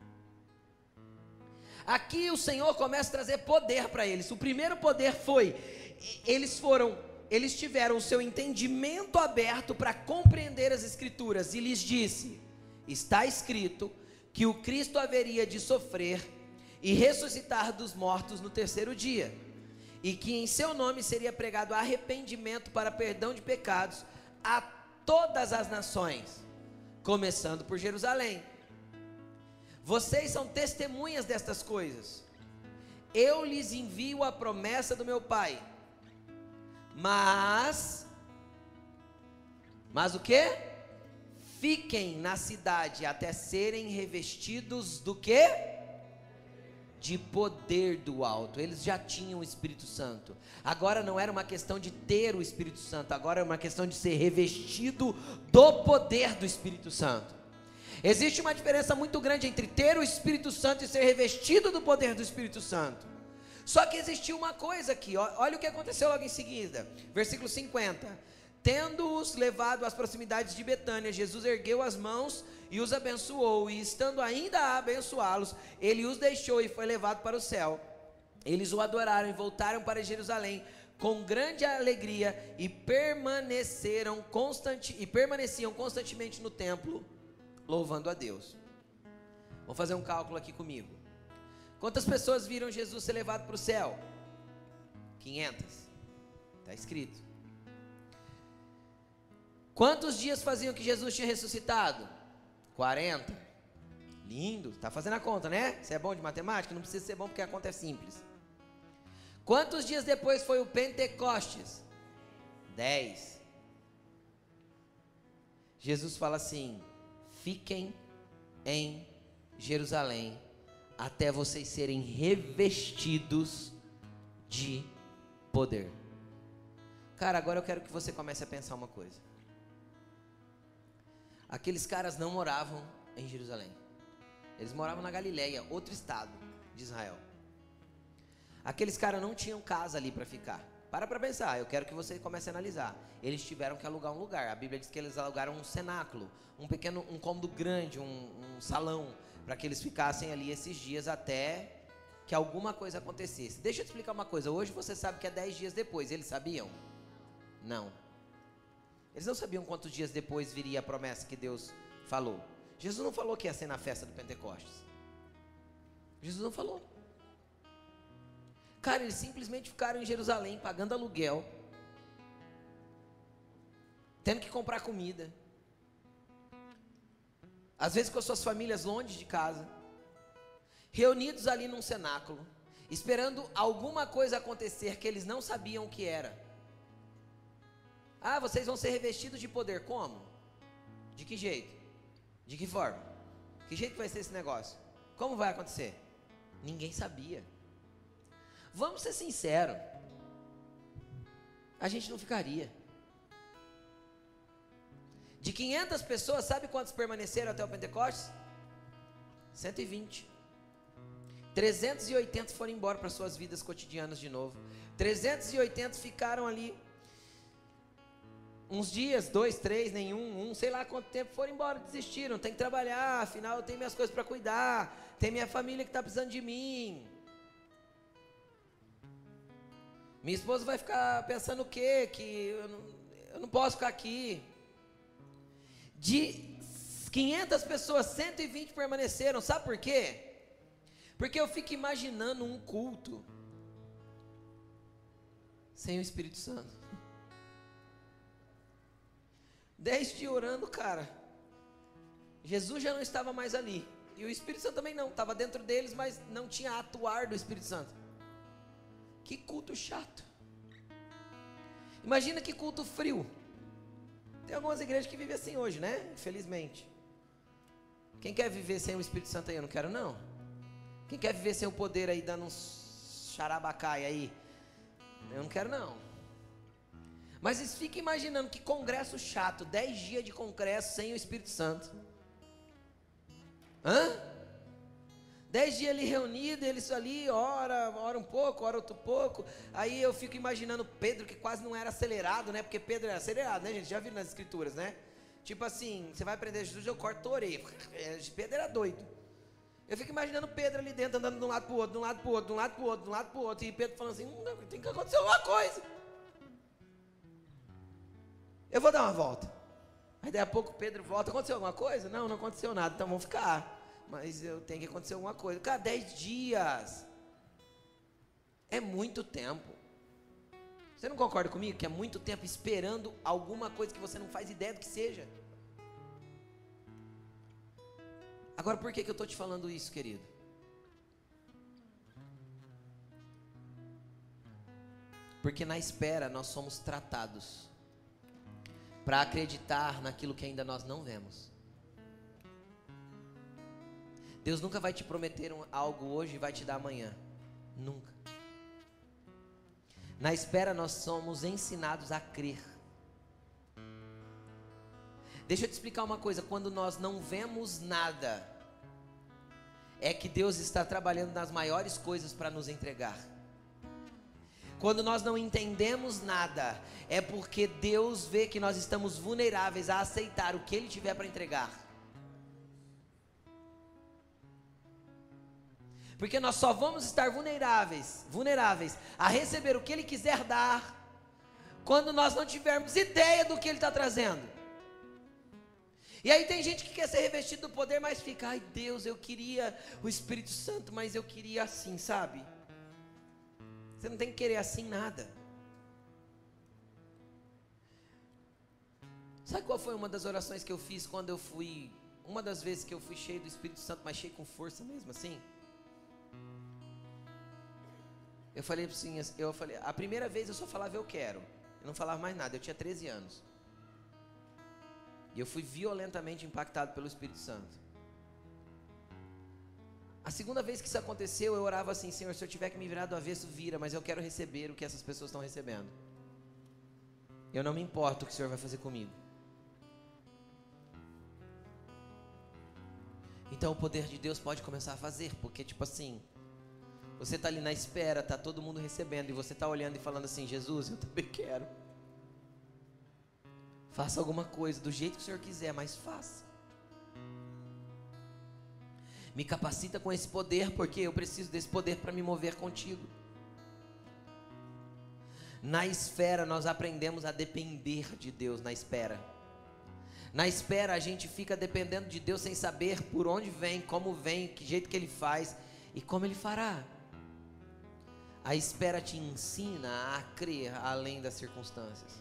Aqui o Senhor começa a trazer poder para eles. O primeiro poder foi, eles foram, eles tiveram o seu entendimento aberto para compreender as Escrituras. E lhes disse: está escrito que o Cristo haveria de sofrer e ressuscitar dos mortos no terceiro dia, e que em seu nome seria pregado arrependimento para perdão de pecados a todas as nações, começando por Jerusalém. Vocês são testemunhas destas coisas. Eu lhes envio a promessa do meu Pai. Mas, mas o quê? Fiquem na cidade até serem revestidos do quê? De poder do alto. Eles já tinham o Espírito Santo. Agora não era uma questão de ter o Espírito Santo, agora é uma questão de ser revestido do poder do Espírito Santo. Existe uma diferença muito grande entre ter o Espírito Santo e ser revestido do poder do Espírito Santo. Só que existiu uma coisa aqui, ó, olha o que aconteceu logo em seguida, versículo cinquenta. Tendo-os levado às proximidades de Betânia, Jesus ergueu as mãos e os abençoou, e estando ainda a abençoá-los, ele os deixou e foi levado para o céu. Eles o adoraram e voltaram para Jerusalém com grande alegria, e permaneceram constante, e permaneciam constantemente no templo, louvando a Deus. Vamos fazer um cálculo aqui comigo. Quantas pessoas viram Jesus ser levado para o céu? quinhentas. Está escrito. Quantos dias faziam que Jesus tinha ressuscitado? quarenta. Lindo, está fazendo a conta, né? Você é bom de matemática? Não precisa ser bom porque a conta é simples. Quantos dias depois foi o Pentecostes? dez. Jesus fala assim: fiquem em Jerusalém até vocês serem revestidos de poder. Cara, agora eu quero que você comece a pensar uma coisa. Aqueles caras não moravam em Jerusalém. Eles moravam na Galileia, outro estado de Israel. Aqueles caras não tinham casa ali para ficar. Para para pensar, eu quero que você comece a analisar. Eles tiveram que alugar um lugar. A Bíblia diz que eles alugaram um cenáculo, um pequeno, um cômodo grande, um, um salão, para que eles ficassem ali esses dias até que alguma coisa acontecesse. Deixa eu te explicar uma coisa. Hoje você sabe que é dez dias depois. Eles sabiam? Não. Eles não sabiam quantos dias depois viria a promessa que Deus falou. Jesus não falou que ia ser na festa do Pentecostes. Jesus não falou. Cara, eles simplesmente ficaram em Jerusalém pagando aluguel, tendo que comprar comida, às vezes com as suas famílias longe de casa, reunidos ali num cenáculo, esperando alguma coisa acontecer que eles não sabiam o que era. Ah, vocês vão ser revestidos de poder. Como? De que jeito? De que forma? Que jeito vai ser esse negócio? Como vai acontecer? Ninguém sabia. Vamos ser sinceros, a gente não ficaria. De quinhentas pessoas, sabe quantos permaneceram até o Pentecostes? cento e vinte. trezentos e oitenta foram embora para suas vidas cotidianas de novo. trezentos e oitenta ficaram ali uns dias, dois, três, nenhum, um, sei lá quanto tempo, foram embora, desistiram. Tem que trabalhar, afinal eu tenho minhas coisas para cuidar, tem minha família que está precisando de mim. Minha esposa vai ficar pensando o quê? Que eu não, eu não posso ficar aqui. De quinhentas pessoas, cento e vinte permaneceram. Sabe por quê? Porque eu fico imaginando um culto sem o Espírito Santo. Dez dias orando, cara. Jesus já não estava mais ali. E o Espírito Santo também não. Estava dentro deles, mas não tinha atuar do Espírito Santo. Que culto chato. Imagina que culto frio. Tem algumas igrejas que vivem assim hoje, né? Infelizmente. Quem quer viver sem o Espírito Santo aí? Eu não quero, não. Quem quer viver sem o poder aí, dando uns xarabacai aí? Eu não quero, não. Mas vocês ficam imaginando que congresso chato, dez dias de congresso sem o Espírito Santo. Hã? Dez dias ali reunidos, eles ali, ora, ora um pouco, ora outro pouco. Aí eu fico imaginando Pedro, que quase não era acelerado, né? Porque Pedro era acelerado, né, gente? Já viram nas escrituras, né? Tipo assim, você vai prender Jesus, eu corto a orelha. Pedro era doido. Eu fico imaginando Pedro ali dentro, andando de um lado para o outro, de um lado para o outro, de um lado para o outro, de um lado para o outro. E Pedro falando assim, hum, tem que acontecer alguma coisa. Eu vou dar uma volta. Aí daí a pouco Pedro volta, aconteceu alguma coisa? Não, não aconteceu nada, então vamos ficar. Mas eu tenho que acontecer alguma coisa. Cara, dez dias. É muito tempo. Você não concorda comigo que é muito tempo esperando alguma coisa que você não faz ideia do que seja? Agora, por que que eu estou te falando isso, querido? Porque na espera nós somos tratados para acreditar naquilo que ainda nós não vemos. Deus nunca vai te prometer um, algo hoje e vai te dar amanhã. Nunca. Na espera nós somos ensinados a crer. Deixa eu te explicar uma coisa. Quando nós não vemos nada, é que Deus está trabalhando nas maiores coisas para nos entregar. Quando nós não entendemos nada, é porque Deus vê que nós estamos vulneráveis a aceitar o que Ele tiver para entregar. Porque nós só vamos estar vulneráveis, vulneráveis a receber o que Ele quiser dar, quando nós não tivermos ideia do que Ele está trazendo. E aí tem gente que quer ser revestido do poder, mas fica, ai Deus, eu queria o Espírito Santo, mas eu queria assim, sabe? Você não tem que querer assim nada. Sabe qual foi uma das orações que eu fiz quando eu fui, uma das vezes que eu fui cheio do Espírito Santo, mas cheio com força mesmo assim? Eu falei assim, eu falei, a primeira vez eu só falava eu quero, eu não falava mais nada, eu tinha treze anos. E eu fui violentamente impactado pelo Espírito Santo. A segunda vez que isso aconteceu, eu orava assim, Senhor, se eu tiver que me virar do avesso, vira, mas eu quero receber o que essas pessoas estão recebendo. Eu não me importo o que o Senhor vai fazer comigo. Então o poder de Deus pode começar a fazer, porque tipo assim, você está ali na espera, está todo mundo recebendo, e você está olhando e falando assim, Jesus, eu também quero. Faça alguma coisa, do jeito que o Senhor quiser, mas faça. Me capacita com esse poder, porque eu preciso desse poder para me mover contigo. Na espera nós aprendemos a depender de Deus, na espera. Na espera a gente fica dependendo de Deus sem saber por onde vem, como vem, que jeito que Ele faz e como Ele fará. A espera te ensina a crer além das circunstâncias.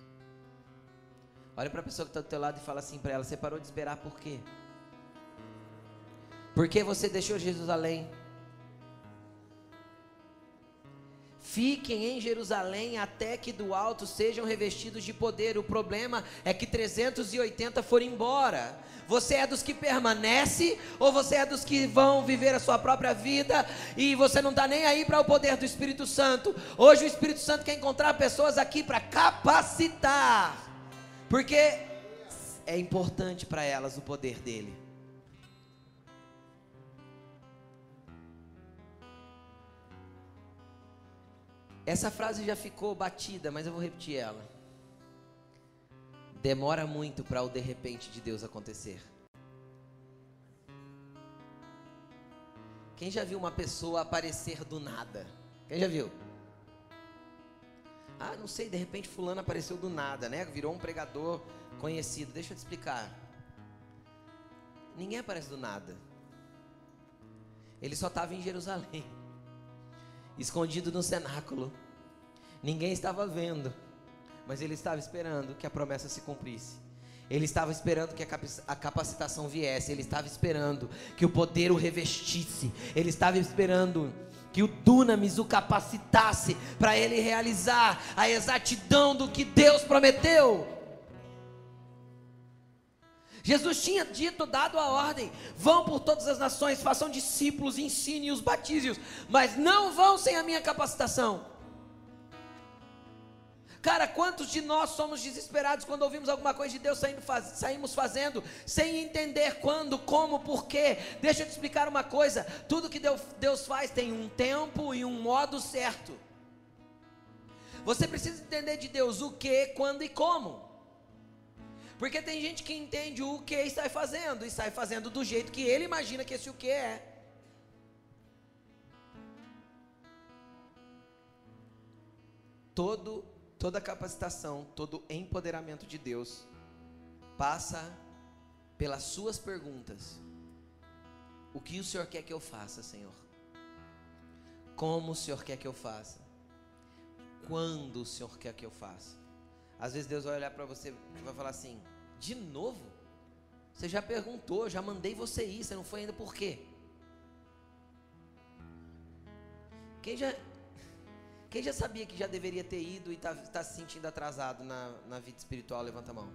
Olha para a pessoa que está do teu lado e fala assim para ela, você parou de esperar por quê? Por que você deixou Jerusalém? Fiquem em Jerusalém até que do alto sejam revestidos de poder. O problema é que trezentos e oitenta foram embora. Você é dos que permanece ou você é dos que vão viver a sua própria vida e você não está nem aí para o poder do Espírito Santo? Hoje o Espírito Santo quer encontrar pessoas aqui para capacitar, porque é importante para elas o poder dele. Essa frase já ficou batida, mas eu vou repetir ela. Demora muito para o de repente de Deus acontecer. Quem já viu uma pessoa aparecer do nada? Quem já viu? Ah, não sei, de repente fulano apareceu do nada, né? Virou um pregador conhecido. Deixa eu te explicar. ninguém aparece do nada. Ele só estava em Jerusalém, escondido no cenáculo. Ninguém estava vendo, mas ele estava esperando que a promessa se cumprisse. Ele estava esperando que a capacitação viesse. Ele estava esperando que o poder o revestisse. Ele estava esperando que o dunamis o capacitasse para ele realizar a exatidão do que Deus prometeu. Jesus tinha dito, dado a ordem: vão por todas as nações, façam discípulos, ensinem-os, batizem-os, mas não vão sem a minha capacitação. Cara, quantos de nós somos desesperados quando ouvimos alguma coisa de Deus, saindo, faz, saímos fazendo, sem entender quando, como, porquê? Deixa eu te explicar uma coisa: tudo que Deus, Deus faz tem um tempo e um modo certo. Você precisa entender de Deus o que, quando e como. Porque tem gente que entende o que e sai fazendo, e sai fazendo do jeito que ele imagina que esse o que é. Todo, toda capacitação, todo empoderamento de Deus passa pelas suas perguntas. O que o Senhor quer que eu faça, Senhor? Como o Senhor quer que eu faça? Quando o Senhor quer que eu faça? Às vezes Deus vai olhar para você e vai falar assim: de novo? Você já perguntou, já mandei você ir, você não foi ainda, por quê? Quem já, quem já sabia que já deveria ter ido e está tá se sentindo atrasado na, na vida espiritual? Levanta a mão.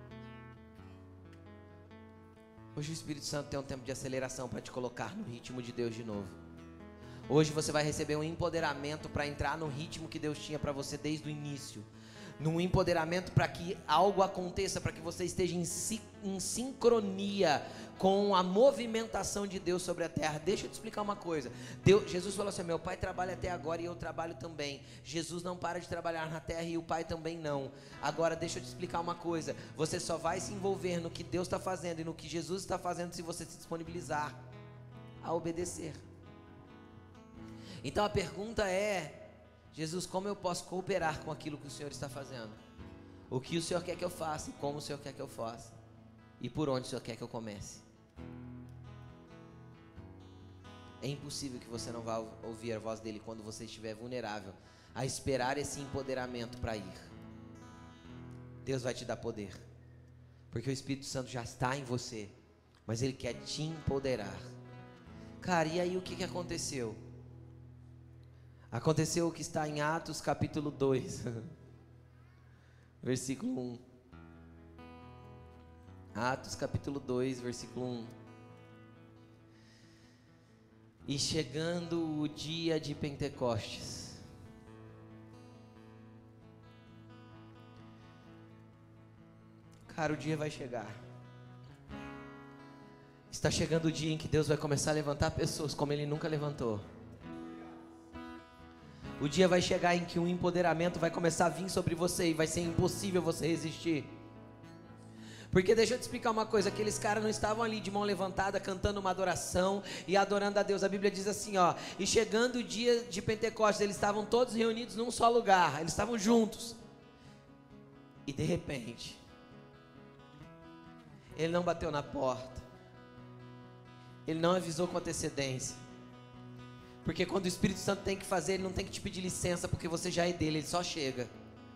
Hoje o Espírito Santo tem um tempo de aceleração para te colocar no ritmo de Deus de novo. Hoje você vai receber um empoderamento para entrar no ritmo que Deus tinha para você desde o início. Num empoderamento para que algo aconteça, para que você esteja em, si, em sincronia com a movimentação de Deus sobre a terra. Deixa eu te explicar uma coisa. Deus, Jesus falou assim: meu pai trabalha até agora e eu trabalho também. Jesus não para de trabalhar na terra e o pai também não. Agora deixa eu te explicar uma coisa: você só vai se envolver no que Deus está fazendo e no que Jesus está fazendo se você se disponibilizar a obedecer. Então a pergunta é: Jesus, como eu posso cooperar com aquilo que o Senhor está fazendo? O que o Senhor quer que eu faça? E como o Senhor quer que eu faça? E por onde o Senhor quer que eu comece? É impossível que você não vá ouvir a voz dele quando você estiver vulnerável a esperar esse empoderamento para ir. Deus vai te dar poder, porque o Espírito Santo já está em você, mas ele quer te empoderar. Cara, e aí o que, que aconteceu? Aconteceu o que está em Atos capítulo dois, versículo um. Atos capítulo dois, versículo um. E chegando o dia de Pentecostes, cara, o dia vai chegar. Está chegando o dia em que Deus vai começar a levantar pessoas como Ele nunca levantou. O dia vai chegar em que um empoderamento vai começar a vir sobre você e vai ser impossível você resistir. Porque deixa eu te explicar uma coisa: aqueles caras não estavam ali de mão levantada cantando uma adoração e adorando a Deus. A Bíblia diz assim, ó: e chegando o dia de Pentecostes, eles estavam todos reunidos num só lugar, eles estavam juntos. E de repente, ele não bateu na porta, ele não avisou com antecedência. Porque quando o Espírito Santo tem que fazer, ele não tem que te pedir licença, porque você já é dele, ele só chega.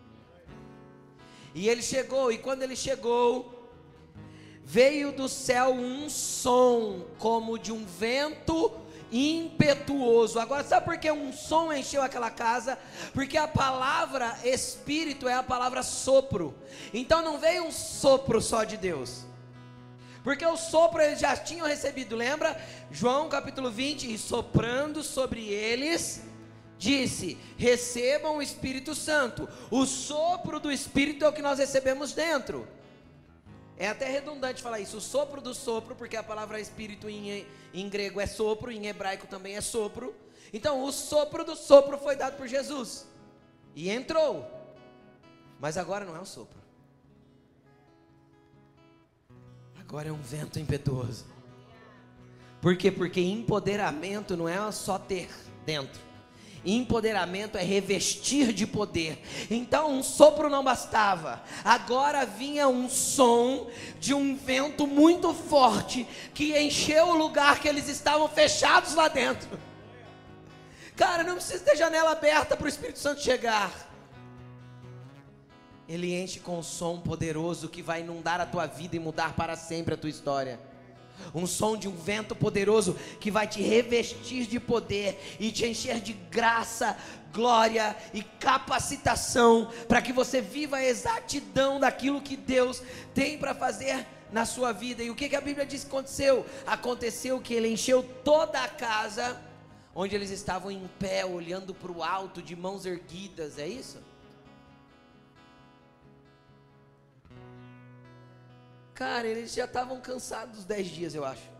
E ele chegou, e quando ele chegou, veio do céu um som como de um vento impetuoso. Agora, sabe por que um som encheu aquela casa? Porque a palavra Espírito é a palavra sopro. Então não veio um sopro só de Deus, porque o sopro eles já tinham recebido, lembra? João capítulo vinte: e soprando sobre eles, disse: recebam o Espírito Santo. O sopro do Espírito é o que nós recebemos dentro. É até redundante falar isso, o sopro do sopro, porque a palavra Espírito em, em grego é sopro, em hebraico também é sopro. Então o sopro do sopro foi dado por Jesus e entrou. Mas agora não é um sopro, agora é um vento impetuoso. Por quê? Porque empoderamento não é só ter dentro. Empoderamento é revestir de poder. Então um sopro não bastava, agora vinha um som de um vento muito forte, que encheu o lugar que eles estavam fechados lá dentro. Cara, não precisa ter janela aberta para o Espírito Santo chegar. Ele enche com um som poderoso que vai inundar a tua vida e mudar para sempre a tua história. Um som de um vento poderoso que vai te revestir de poder e te encher de graça, glória e capacitação para que você viva a exatidão daquilo que Deus tem para fazer na sua vida. E o que, que a Bíblia diz que aconteceu? Aconteceu que ele encheu toda a casa, onde eles estavam em pé, olhando para o alto, de mãos erguidas, é isso? Cara, eles já estavam cansados dos dez dias, eu acho.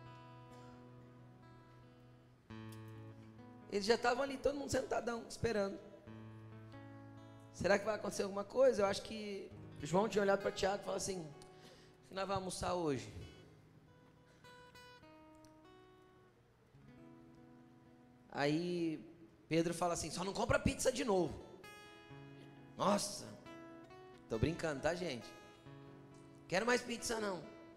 Eles já estavam ali, todo mundo sentadão, esperando. Será que vai acontecer alguma coisa? Eu acho que João tinha olhado para Tiago e falado assim: o que nós vamos almoçar hoje? Aí Pedro fala assim: só não compra pizza de novo. Nossa, tô brincando, tá, gente? Quero mais pizza não.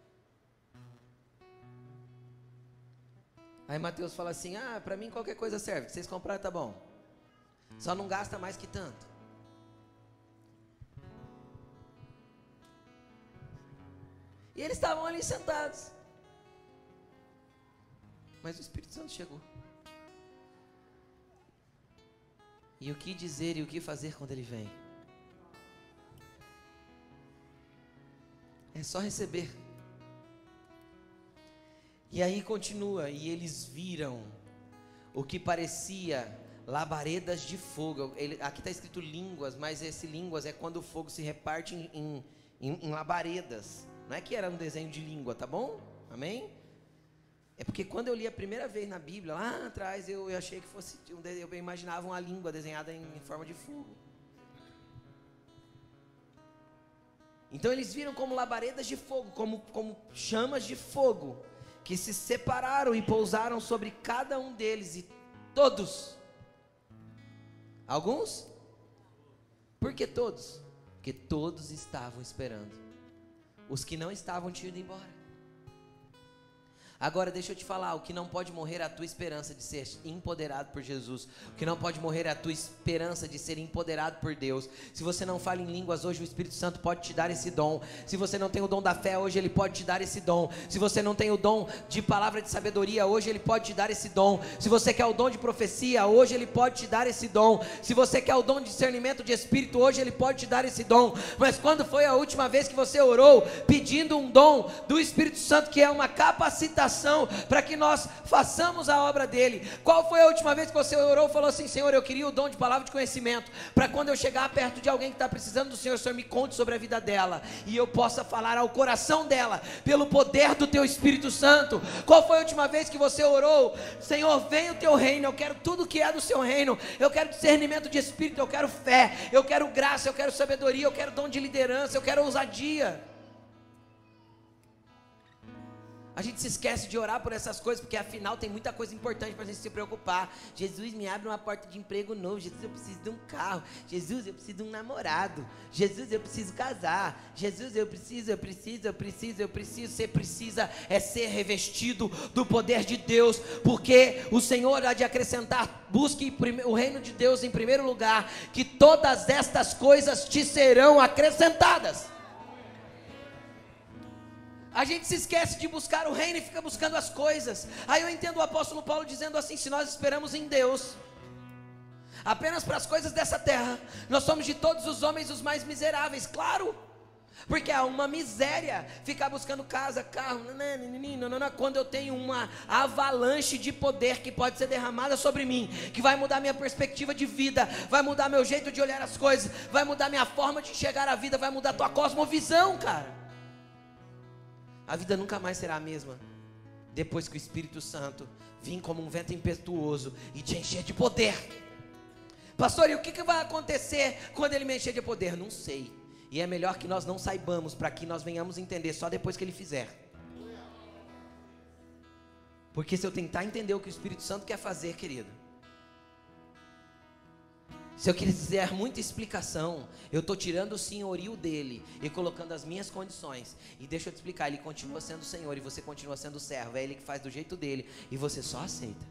Aí Mateus fala assim: ah, pra mim qualquer coisa serve, que vocês comprarem tá bom. Só não gasta mais que tanto. E eles estavam ali sentados. Mas o Espírito Santo chegou. E o que dizer e o que fazer quando ele vem? É só receber. E aí continua: e eles viram o que parecia labaredas de fogo. Ele, aqui está escrito línguas, mas esse línguas é quando o fogo se reparte em, em, em, em labaredas. Não é que era um desenho de língua, tá bom? Amém? É porque quando eu li a primeira vez na Bíblia, lá atrás, eu, eu achei que fosse, eu imaginava uma língua desenhada em, em forma de fogo. Então eles viram como labaredas de fogo, como, como chamas de fogo, que se separaram e pousaram sobre cada um deles, e todos. Alguns? Por que todos? Porque todos estavam esperando. Os que não estavam tinham ido embora. Agora deixa eu te falar, o que não pode morrer é a tua esperança de ser empoderado por Jesus. O que não pode morrer é a tua esperança de ser empoderado por Deus. Se você não fala em línguas hoje, o Espírito Santo pode te dar esse dom. Se você não tem o dom da fé hoje, Ele pode te dar esse dom. Se você não tem o dom de palavra de sabedoria hoje, Ele pode te dar esse dom. Se você quer o dom de profecia hoje, Ele pode te dar esse dom. Se você quer o dom de discernimento de espírito hoje, Ele pode te dar esse dom. Mas quando foi a última vez que você orou pedindo um dom do Espírito Santo, que é uma capacitação para que nós façamos a obra dele? Qual foi a última vez que você orou e falou assim: Senhor, eu queria o dom de palavra de conhecimento, para quando eu chegar perto de alguém que está precisando do Senhor, o Senhor me conte sobre a vida dela, e eu possa falar ao coração dela, pelo poder do teu Espírito Santo? Qual foi a última vez que você orou: Senhor, venha o teu reino, eu quero tudo que é do seu reino, eu quero discernimento de espírito, eu quero fé, eu quero graça, eu quero sabedoria, eu quero dom de liderança, eu quero ousadia. A gente se esquece de orar por essas coisas, porque afinal tem muita coisa importante para a gente se preocupar. Jesus, me abre uma porta de emprego novo. Jesus, eu preciso de um carro. Jesus, eu preciso de um namorado. Jesus, eu preciso casar. Jesus, eu preciso, eu preciso, eu preciso, eu preciso. Você precisa é ser revestido do poder de Deus, porque o Senhor há de acrescentar. Busque o reino de Deus em primeiro lugar, que todas estas coisas te serão acrescentadas. A gente se esquece de buscar o reino e fica buscando as coisas. Aí eu entendo o apóstolo Paulo dizendo assim: se nós esperamos em Deus apenas para as coisas dessa terra, nós somos de todos os homens os mais miseráveis. Claro, porque há uma miséria ficar buscando casa, carro, nananana, quando eu tenho uma avalanche de poder que pode ser derramada sobre mim, que vai mudar minha perspectiva de vida, vai mudar meu jeito de olhar as coisas, vai mudar minha forma de enxergar a vida, vai mudar a tua cosmovisão, cara. A vida nunca mais será a mesma depois que o Espírito Santo vir como um vento impetuoso e te encher de poder. Pastor, e o que, que vai acontecer quando ele me encher de poder? Não sei. E é melhor que nós não saibamos, para que nós venhamos entender só depois que ele fizer. Porque se eu tentar entender o que o Espírito Santo quer fazer, querido, Se eu quiser muita explicação, eu estou tirando o senhorio dele e colocando as minhas condições. E deixa eu te explicar, ele continua sendo senhor e você continua sendo servo. É ele que faz do jeito dele e você só aceita.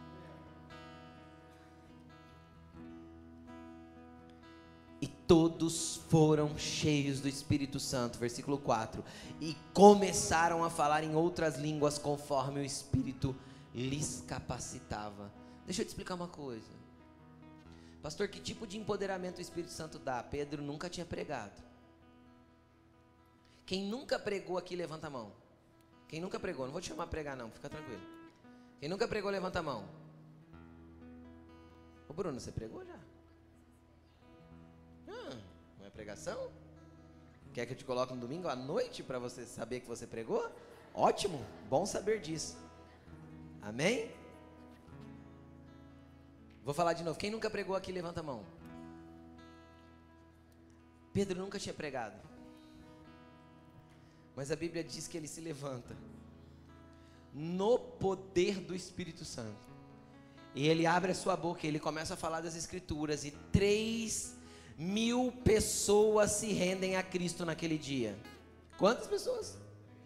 E todos foram cheios do Espírito Santo, versículo quatro. E começaram a falar em outras línguas conforme o Espírito lhes capacitava. Deixa eu te explicar uma coisa. Pastor, que tipo de empoderamento o Espírito Santo dá? Pedro nunca tinha pregado. Quem nunca pregou aqui, levanta a mão. Quem nunca pregou, não vou te chamar a pregar não, fica tranquilo. Quem nunca pregou, levanta a mão. Ô Bruno, você pregou já? Ah, não é pregação? Quer que eu te coloque no domingo à noite para você saber que você pregou? Ótimo, bom saber disso. Amém? Vou falar de novo. Quem nunca pregou aqui, levanta a mão. Pedro nunca tinha pregado. Mas a Bíblia diz que ele se levanta no poder do Espírito Santo. E ele abre a sua boca e ele começa a falar das Escrituras. E três mil pessoas se rendem a Cristo naquele dia. Quantas pessoas?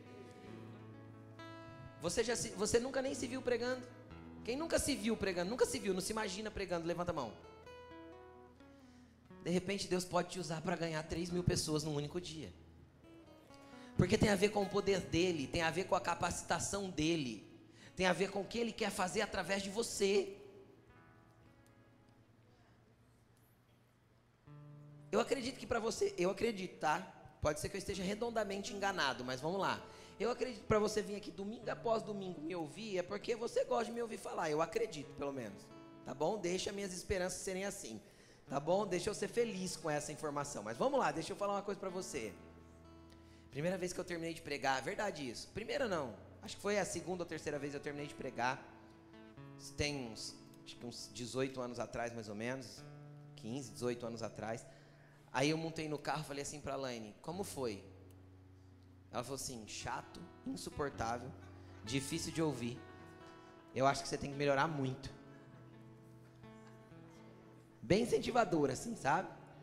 Você, já se, você nunca nem se viu pregando? Quem nunca se viu pregando? Nunca se viu, não se imagina pregando? Levanta a mão. De repente Deus pode te usar para ganhar três mil pessoas num único dia. Porque tem a ver com o poder dele, tem a ver com a capacitação dele, tem a ver com o que ele quer fazer através de você. Eu acredito que para você, eu acredito, tá? Pode ser que eu esteja redondamente enganado, mas vamos lá. Eu acredito que para você vir aqui domingo após domingo me ouvir, é porque você gosta de me ouvir falar, eu acredito pelo menos, tá bom? Deixa minhas esperanças serem assim, tá bom? Deixa eu ser feliz com essa informação, mas vamos lá, deixa eu falar uma coisa para você. Primeira vez que eu terminei de pregar, é verdade isso, primeira não, acho que foi a segunda ou terceira vez que eu terminei de pregar, tem uns, acho que uns dezoito anos atrás mais ou menos, quinze, dezoito anos atrás. Aí eu montei no carro e falei assim para a Laine, como foi? Ela falou assim, chato, insuportável, difícil de ouvir. Eu acho que você tem que melhorar muito. Bem incentivadora assim, sabe?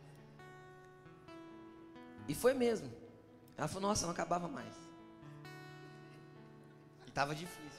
E foi mesmo. Ela falou, nossa, não acabava mais. Estava difícil.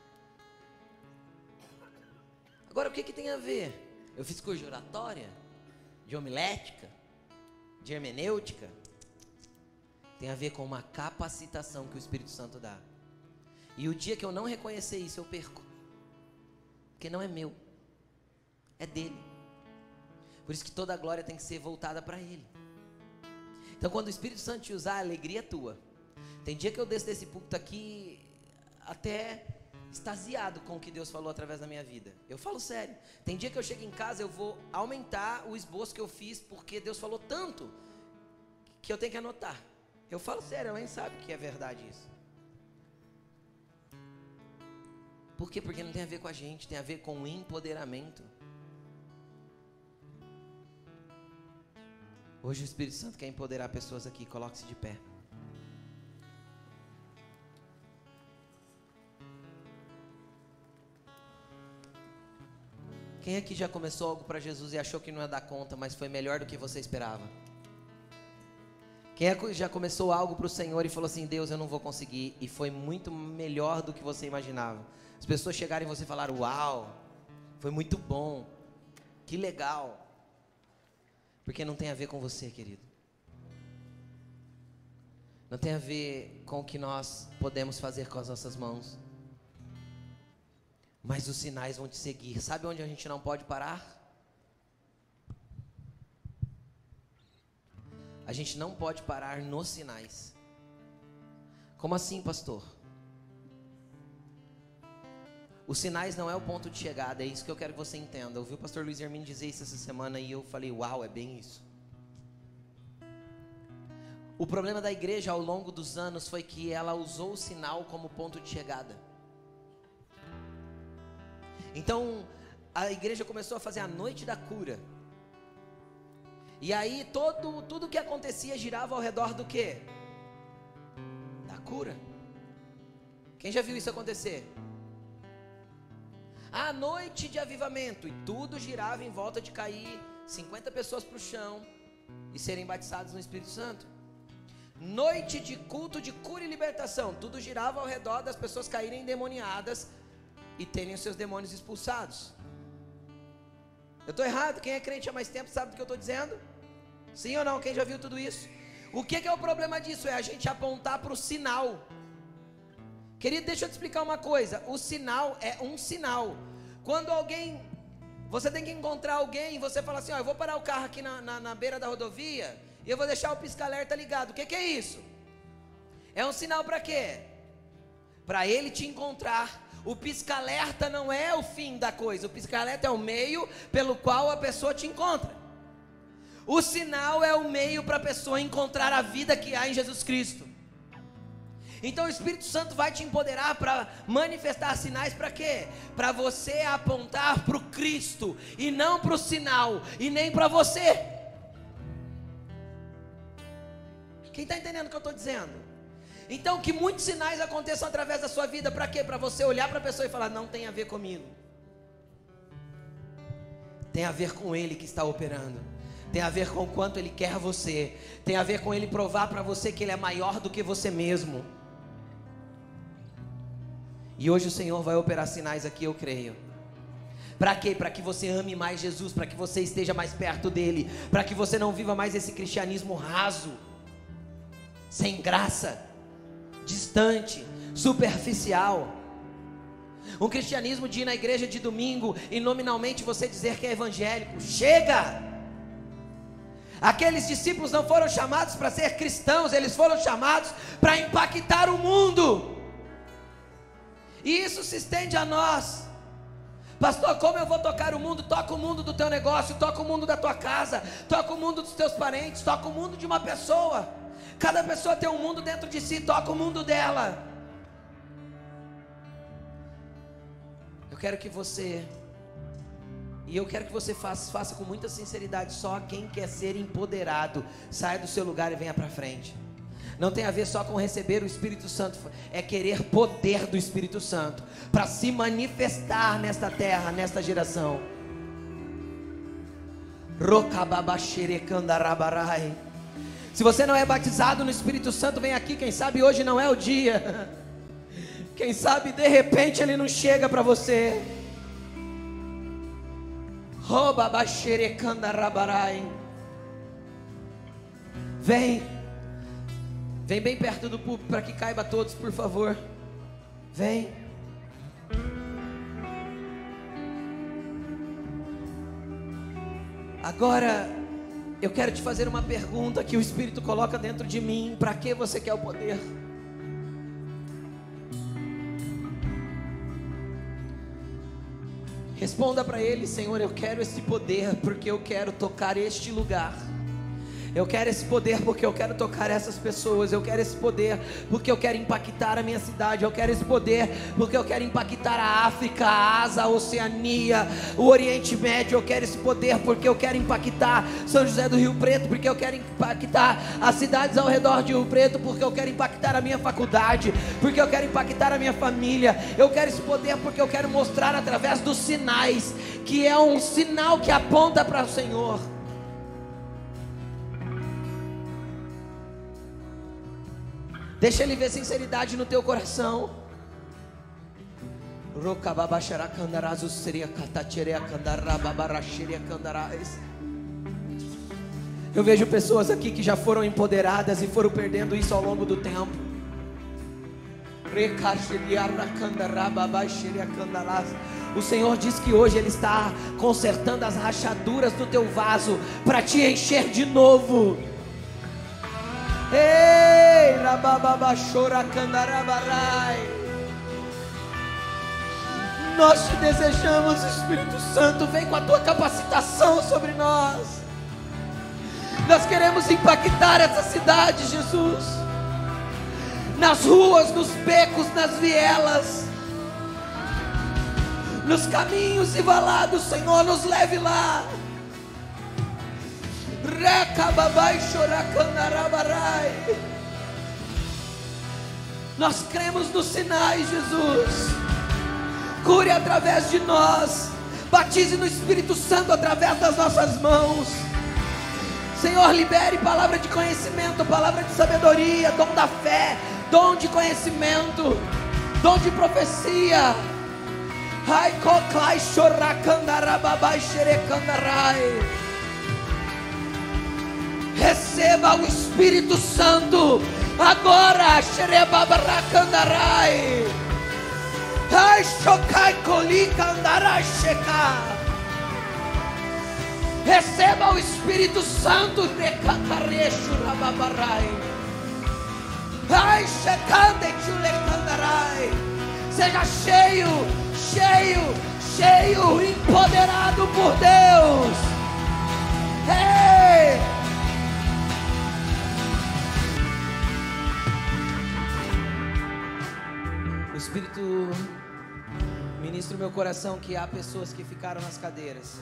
Agora o que que tem a ver? Eu fiz curso de oratória, de homilética, de hermenêutica. Tem a ver com uma capacitação que o Espírito Santo dá. E o dia que eu não reconhecer isso, eu perco. Porque não é meu, é dele. Por isso que toda a glória tem que ser voltada para ele. Então quando o Espírito Santo te usar, a alegria é tua. Tem dia que eu desço desse púlpito aqui até extasiado com o que Deus falou através da minha vida. Eu falo sério. Tem dia que eu chego em casa, eu vou aumentar o esboço que eu fiz, porque Deus falou tanto que eu tenho que anotar. Eu falo sério, a mãe sabe que é verdade isso. Por quê? Porque não tem a ver com a gente, tem a ver com o empoderamento. Hoje o Espírito Santo quer empoderar pessoas aqui, coloque-se de pé. Quem aqui já começou algo para Jesus e achou que não ia dar conta, mas foi melhor do que você esperava? Quem aqui já começou algo para o Senhor e falou assim, Deus, eu não vou conseguir, e foi muito melhor do que você imaginava? As pessoas chegaram em você e falaram, uau, foi muito bom, que legal. Porque não tem a ver com você, querido. Não tem a ver com o que nós podemos fazer com as nossas mãos. Mas os sinais vão te seguir. Sabe onde a gente não pode parar? A gente não pode parar nos sinais. Como assim, pastor? Os sinais não é o ponto de chegada, é isso que eu quero que você entenda. Eu ouvi o pastor Luiz Hermínio dizer isso essa semana e eu falei, uau, é bem isso. O problema da igreja ao longo dos anos foi que ela usou o sinal como ponto de chegada. Então, a igreja começou a fazer a noite da cura. E aí, todo, tudo que acontecia girava ao redor do quê? Da cura. Quem já viu isso acontecer? A noite de avivamento. E tudo girava em volta de cair cinquenta pessoas para o chão e serem batizadas no Espírito Santo. Noite de culto de cura e libertação. Tudo girava ao redor das pessoas caírem endemoniadas e terem os seus demônios expulsados. Eu estou errado? Quem é crente há mais tempo sabe do que eu estou dizendo? Sim ou não? Quem já viu tudo isso? O que, que é o problema disso? É a gente apontar para o sinal. Querido, deixa eu te explicar uma coisa. O sinal é um sinal. Quando alguém, você tem que encontrar alguém, você fala assim, ó, eu vou parar o carro aqui na, na, na beira da rodovia e eu vou deixar o pisca-alerta ligado. O que, que é isso? É um sinal para quê? Para ele te encontrar. O pisca-alerta não é o fim da coisa. O pisca-alerta é o meio pelo qual a pessoa te encontra. O sinal é o meio para a pessoa encontrar a vida que há em Jesus Cristo. Então o Espírito Santo vai te empoderar para manifestar sinais para quê? Para você apontar para o Cristo e não para o sinal e nem para você. Quem está entendendo o que eu estou dizendo? Então que muitos sinais aconteçam através da sua vida, para quê? Para você olhar para a pessoa e falar, não tem a ver comigo, tem a ver com Ele que está operando, tem a ver com o quanto Ele quer você, tem a ver com Ele provar para você que Ele é maior do que você mesmo. E hoje o Senhor vai operar sinais aqui, eu creio. Para quê? Para que você ame mais Jesus, para que você esteja mais perto dEle, para que você não viva mais esse cristianismo raso, sem graça, distante, superficial. Um cristianismo de ir na igreja de domingo e nominalmente você dizer que é evangélico. Chega! Aqueles discípulos não foram chamados para ser cristãos, eles foram chamados para impactar o mundo. E isso se estende a nós. Pastor, como eu vou tocar o mundo? Toca o mundo do teu negócio, toca o mundo da tua casa, toca o mundo dos teus parentes, toca o mundo de uma pessoa. Cada pessoa tem um mundo dentro de si, toca o mundo dela. Eu quero que você, e eu quero que você faça, faça com muita sinceridade. Só quem quer ser empoderado, saia do seu lugar e venha para frente. Não tem a ver só com receber o Espírito Santo, é querer poder do Espírito Santo para se manifestar nesta terra, nesta geração. Se você não é batizado no Espírito Santo, vem aqui. Quem sabe hoje não é o dia. Quem sabe de repente ele não chega para você. Vem. Vem bem perto do púlpito para que caiba a todos, por favor. Vem. Agora, eu quero te fazer uma pergunta que o Espírito coloca dentro de mim. Para que você quer o poder? Responda para Ele: Senhor, eu quero esse poder porque eu quero tocar este lugar. Eu quero esse poder porque eu quero tocar essas pessoas. Eu quero esse poder porque eu quero impactar a minha cidade. Eu quero esse poder porque eu quero impactar a África, a Ásia, a Oceania, o Oriente Médio. Eu quero esse poder porque eu quero impactar São José do Rio Preto, porque eu quero impactar as cidades ao redor de Rio Preto, porque eu quero impactar a minha faculdade, porque eu quero impactar a minha família. Eu quero esse poder porque eu quero mostrar através dos sinais, que é um sinal que aponta para o Senhor. Deixa Ele ver sinceridade no teu coração. Eu vejo pessoas aqui que já foram empoderadas e foram perdendo isso ao longo do tempo. O Senhor diz que hoje Ele está consertando as rachaduras do teu vaso para te encher de novo. Ei, rabababachora candarabarai. Nós te desejamos, Espírito Santo, vem com a tua capacitação sobre nós. Nós queremos impactar essa cidade, Jesus. Nas ruas, nos becos, nas vielas, nos caminhos e valados, Senhor, nos leve lá. Nós cremos nos sinais, Jesus. Cure através de nós, Batize no Espírito Santo através das nossas mãos. Senhor, libere palavra de conhecimento, palavra de sabedoria, dom da fé, dom de conhecimento, dom de profecia. Ai, koklai chorakandarababai xerekandarai. Receba o Espírito Santo agora. Xerebabarakandarai. Ai, chokai kolikandarai sheka. Receba o Espírito Santo. Rekakareshu rababarai. Ai, shekande chulekandarai. Seja cheio, cheio, cheio, empoderado por Deus. Ei! O Espírito ministra o meu coração que há pessoas que ficaram nas cadeiras,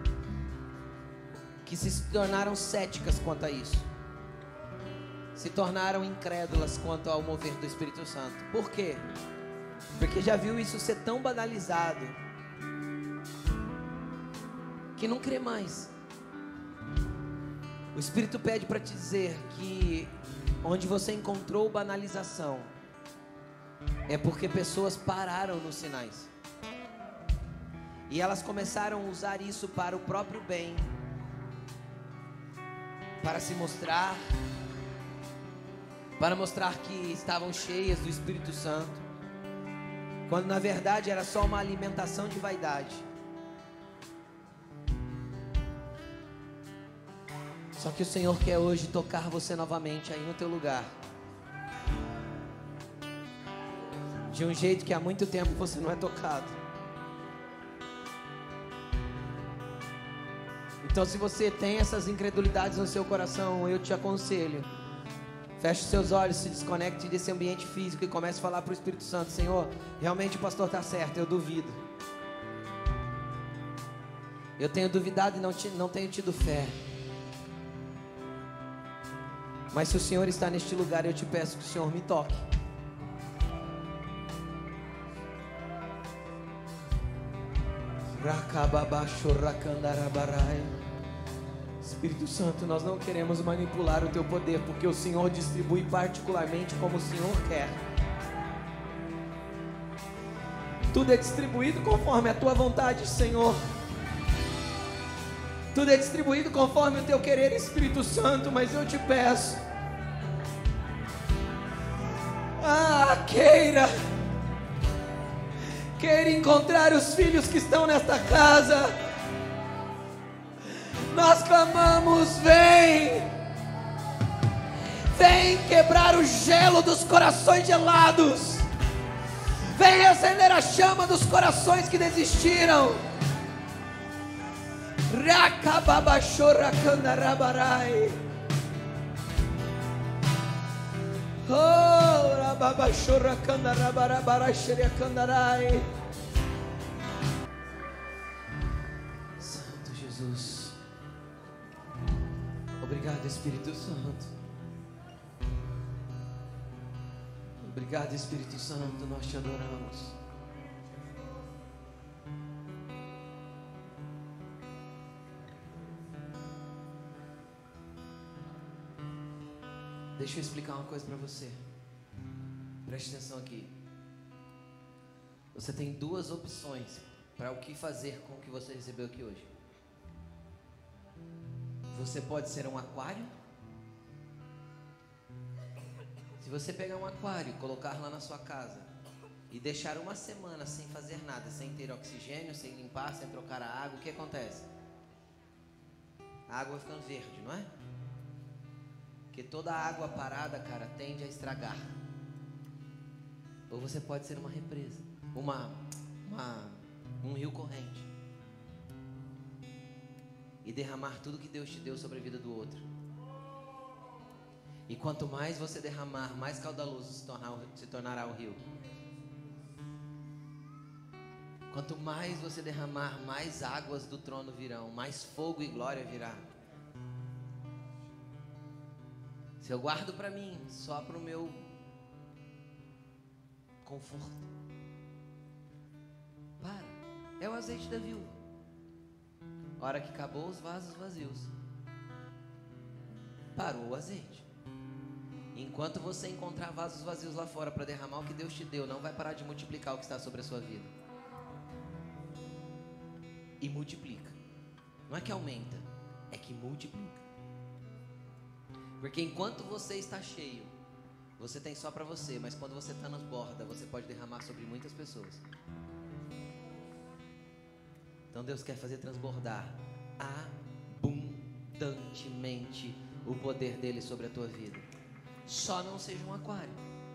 que se tornaram céticas quanto a isso, se tornaram incrédulas quanto ao mover do Espírito Santo. Por quê? Porque já viu isso ser tão banalizado que não crê mais. O Espírito pede para te dizer que onde você encontrou banalização é porque pessoas pararam nos sinais e elas começaram a usar isso para o próprio bem, para se mostrar, para mostrar que estavam cheias do Espírito Santo, quando na verdade era só uma alimentação de vaidade. Só que o Senhor quer hoje tocar você novamente aí no teu lugar, de um jeito que há muito tempo você não é tocado. Então, se você tem essas incredulidades no seu coração, eu te aconselho, feche os seus olhos, se desconecte desse ambiente físico e comece a falar para o Espírito Santo: Senhor, realmente o pastor está certo, eu duvido. Eu tenho duvidado e não, te, não tenho tido fé. Mas se o Senhor está neste lugar, eu te peço que o Senhor me toque. Espírito Santo, nós não queremos manipular o teu poder, porque o Senhor distribui particularmente como o Senhor quer. Tudo é distribuído conforme a tua vontade, Senhor. Tudo é distribuído conforme o teu querer, Espírito Santo. Mas eu te peço, ah, queira Queira encontrar os filhos que estão nesta casa. Nós clamamos: vem, vem quebrar o gelo dos corações gelados, vem acender a chama dos corações que desistiram. Rakababashorrakandarabarai. Oh, rababashorrakandarabarai sheriakandarai. Santo Jesus, obrigado, Espírito Santo. Obrigado, Espírito Santo, nós te adoramos. Deixa eu explicar uma coisa para você. Preste atenção aqui. Você tem duas opções para o que fazer com o que você recebeu aqui hoje. Você pode ser um aquário. Se você pegar um aquário, colocar lá na sua casa e deixar uma semana sem fazer nada, sem ter oxigênio, sem limpar, sem trocar a água, o que acontece? A água vai ficando verde, não é? Porque toda água parada, cara, tende a estragar. Ou você pode ser uma represa, uma, uma, um rio corrente, e derramar tudo que Deus te deu sobre a vida do outro. E quanto mais você derramar, mais caudaloso se, tornar, se tornará o rio. Quanto mais você derramar, mais águas do trono virão, mais fogo e glória virá. Se eu guardo para mim, só para o meu conforto, para, é o azeite da viúva. Hora que acabou os vasos vazios, parou o azeite. Enquanto você encontrar vasos vazios lá fora para derramar o que Deus te deu, não vai parar de multiplicar o que está sobre a sua vida. E multiplica. Não é que aumenta, é que multiplica. Porque enquanto você está cheio, você tem só para você, mas quando você está nas bordas, você pode derramar sobre muitas pessoas. Então Deus quer fazer transbordar abundantemente o poder dele sobre a tua vida. Só não seja um aquário.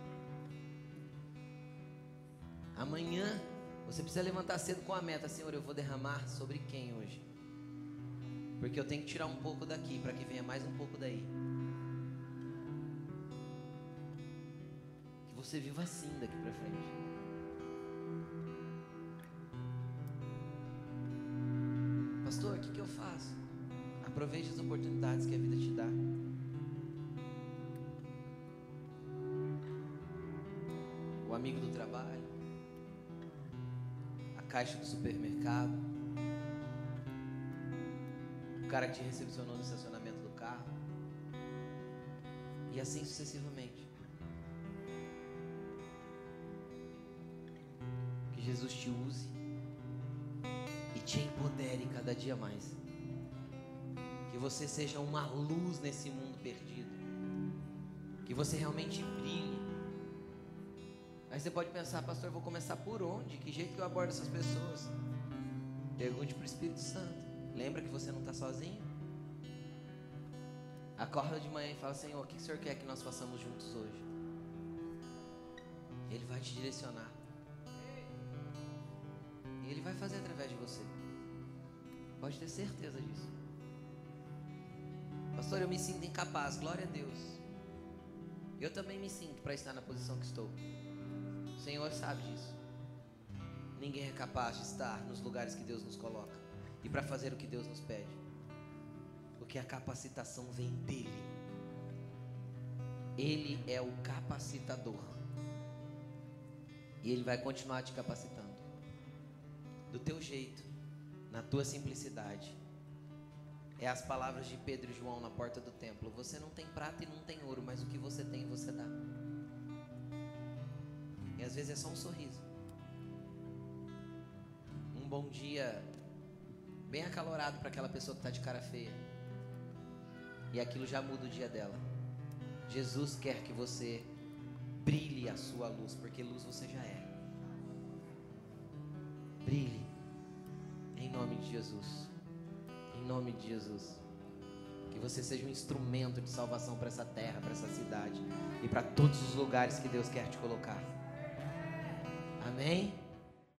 Amanhã você precisa levantar cedo com a meta: Senhor, eu vou derramar sobre quem hoje? Porque eu tenho que tirar um pouco daqui para que venha mais um pouco daí. Que você viva assim daqui para frente. Pastor, o que, que eu faço? Aproveite as oportunidades que a vida te dá. O amigo do trabalho, a caixa do supermercado, o cara que te recepcionou no estacionamento do carro, e assim sucessivamente. Que Jesus te use e te empodere cada dia mais. Que você seja uma luz nesse mundo perdido. Que você realmente brilhe. Aí você pode pensar: pastor, eu vou começar por onde? Que jeito que eu abordo essas pessoas? Pergunte para o Espírito Santo. Lembra que você não está sozinho? Acorda de manhã e fala: Senhor, o que o Senhor quer que nós façamos juntos hoje? Ele vai te direcionar. E Ele vai fazer através de você. Pode ter certeza disso. Pastor, eu me sinto incapaz. Glória a Deus. Eu também me sinto para estar na posição que estou. O Senhor sabe disso. Ninguém é capaz de estar nos lugares que Deus nos coloca e para fazer o que Deus nos pede, porque a capacitação vem dele. Ele é o capacitador e Ele vai continuar te capacitando do teu jeito, na tua simplicidade. É as palavras de Pedro e João na porta do templo: você não tem prata e não tem ouro, mas o que você tem, você dá. E às vezes é só um sorriso, um bom dia bem acalorado para aquela pessoa que está de cara feia, e aquilo já muda o dia dela. Jesus quer que você brilhe a sua luz, porque luz você já é. Brilhe em nome de Jesus. Em nome de Jesus. Que você seja um instrumento de salvação para essa terra, para essa cidade e para todos os lugares que Deus quer te colocar. Amém?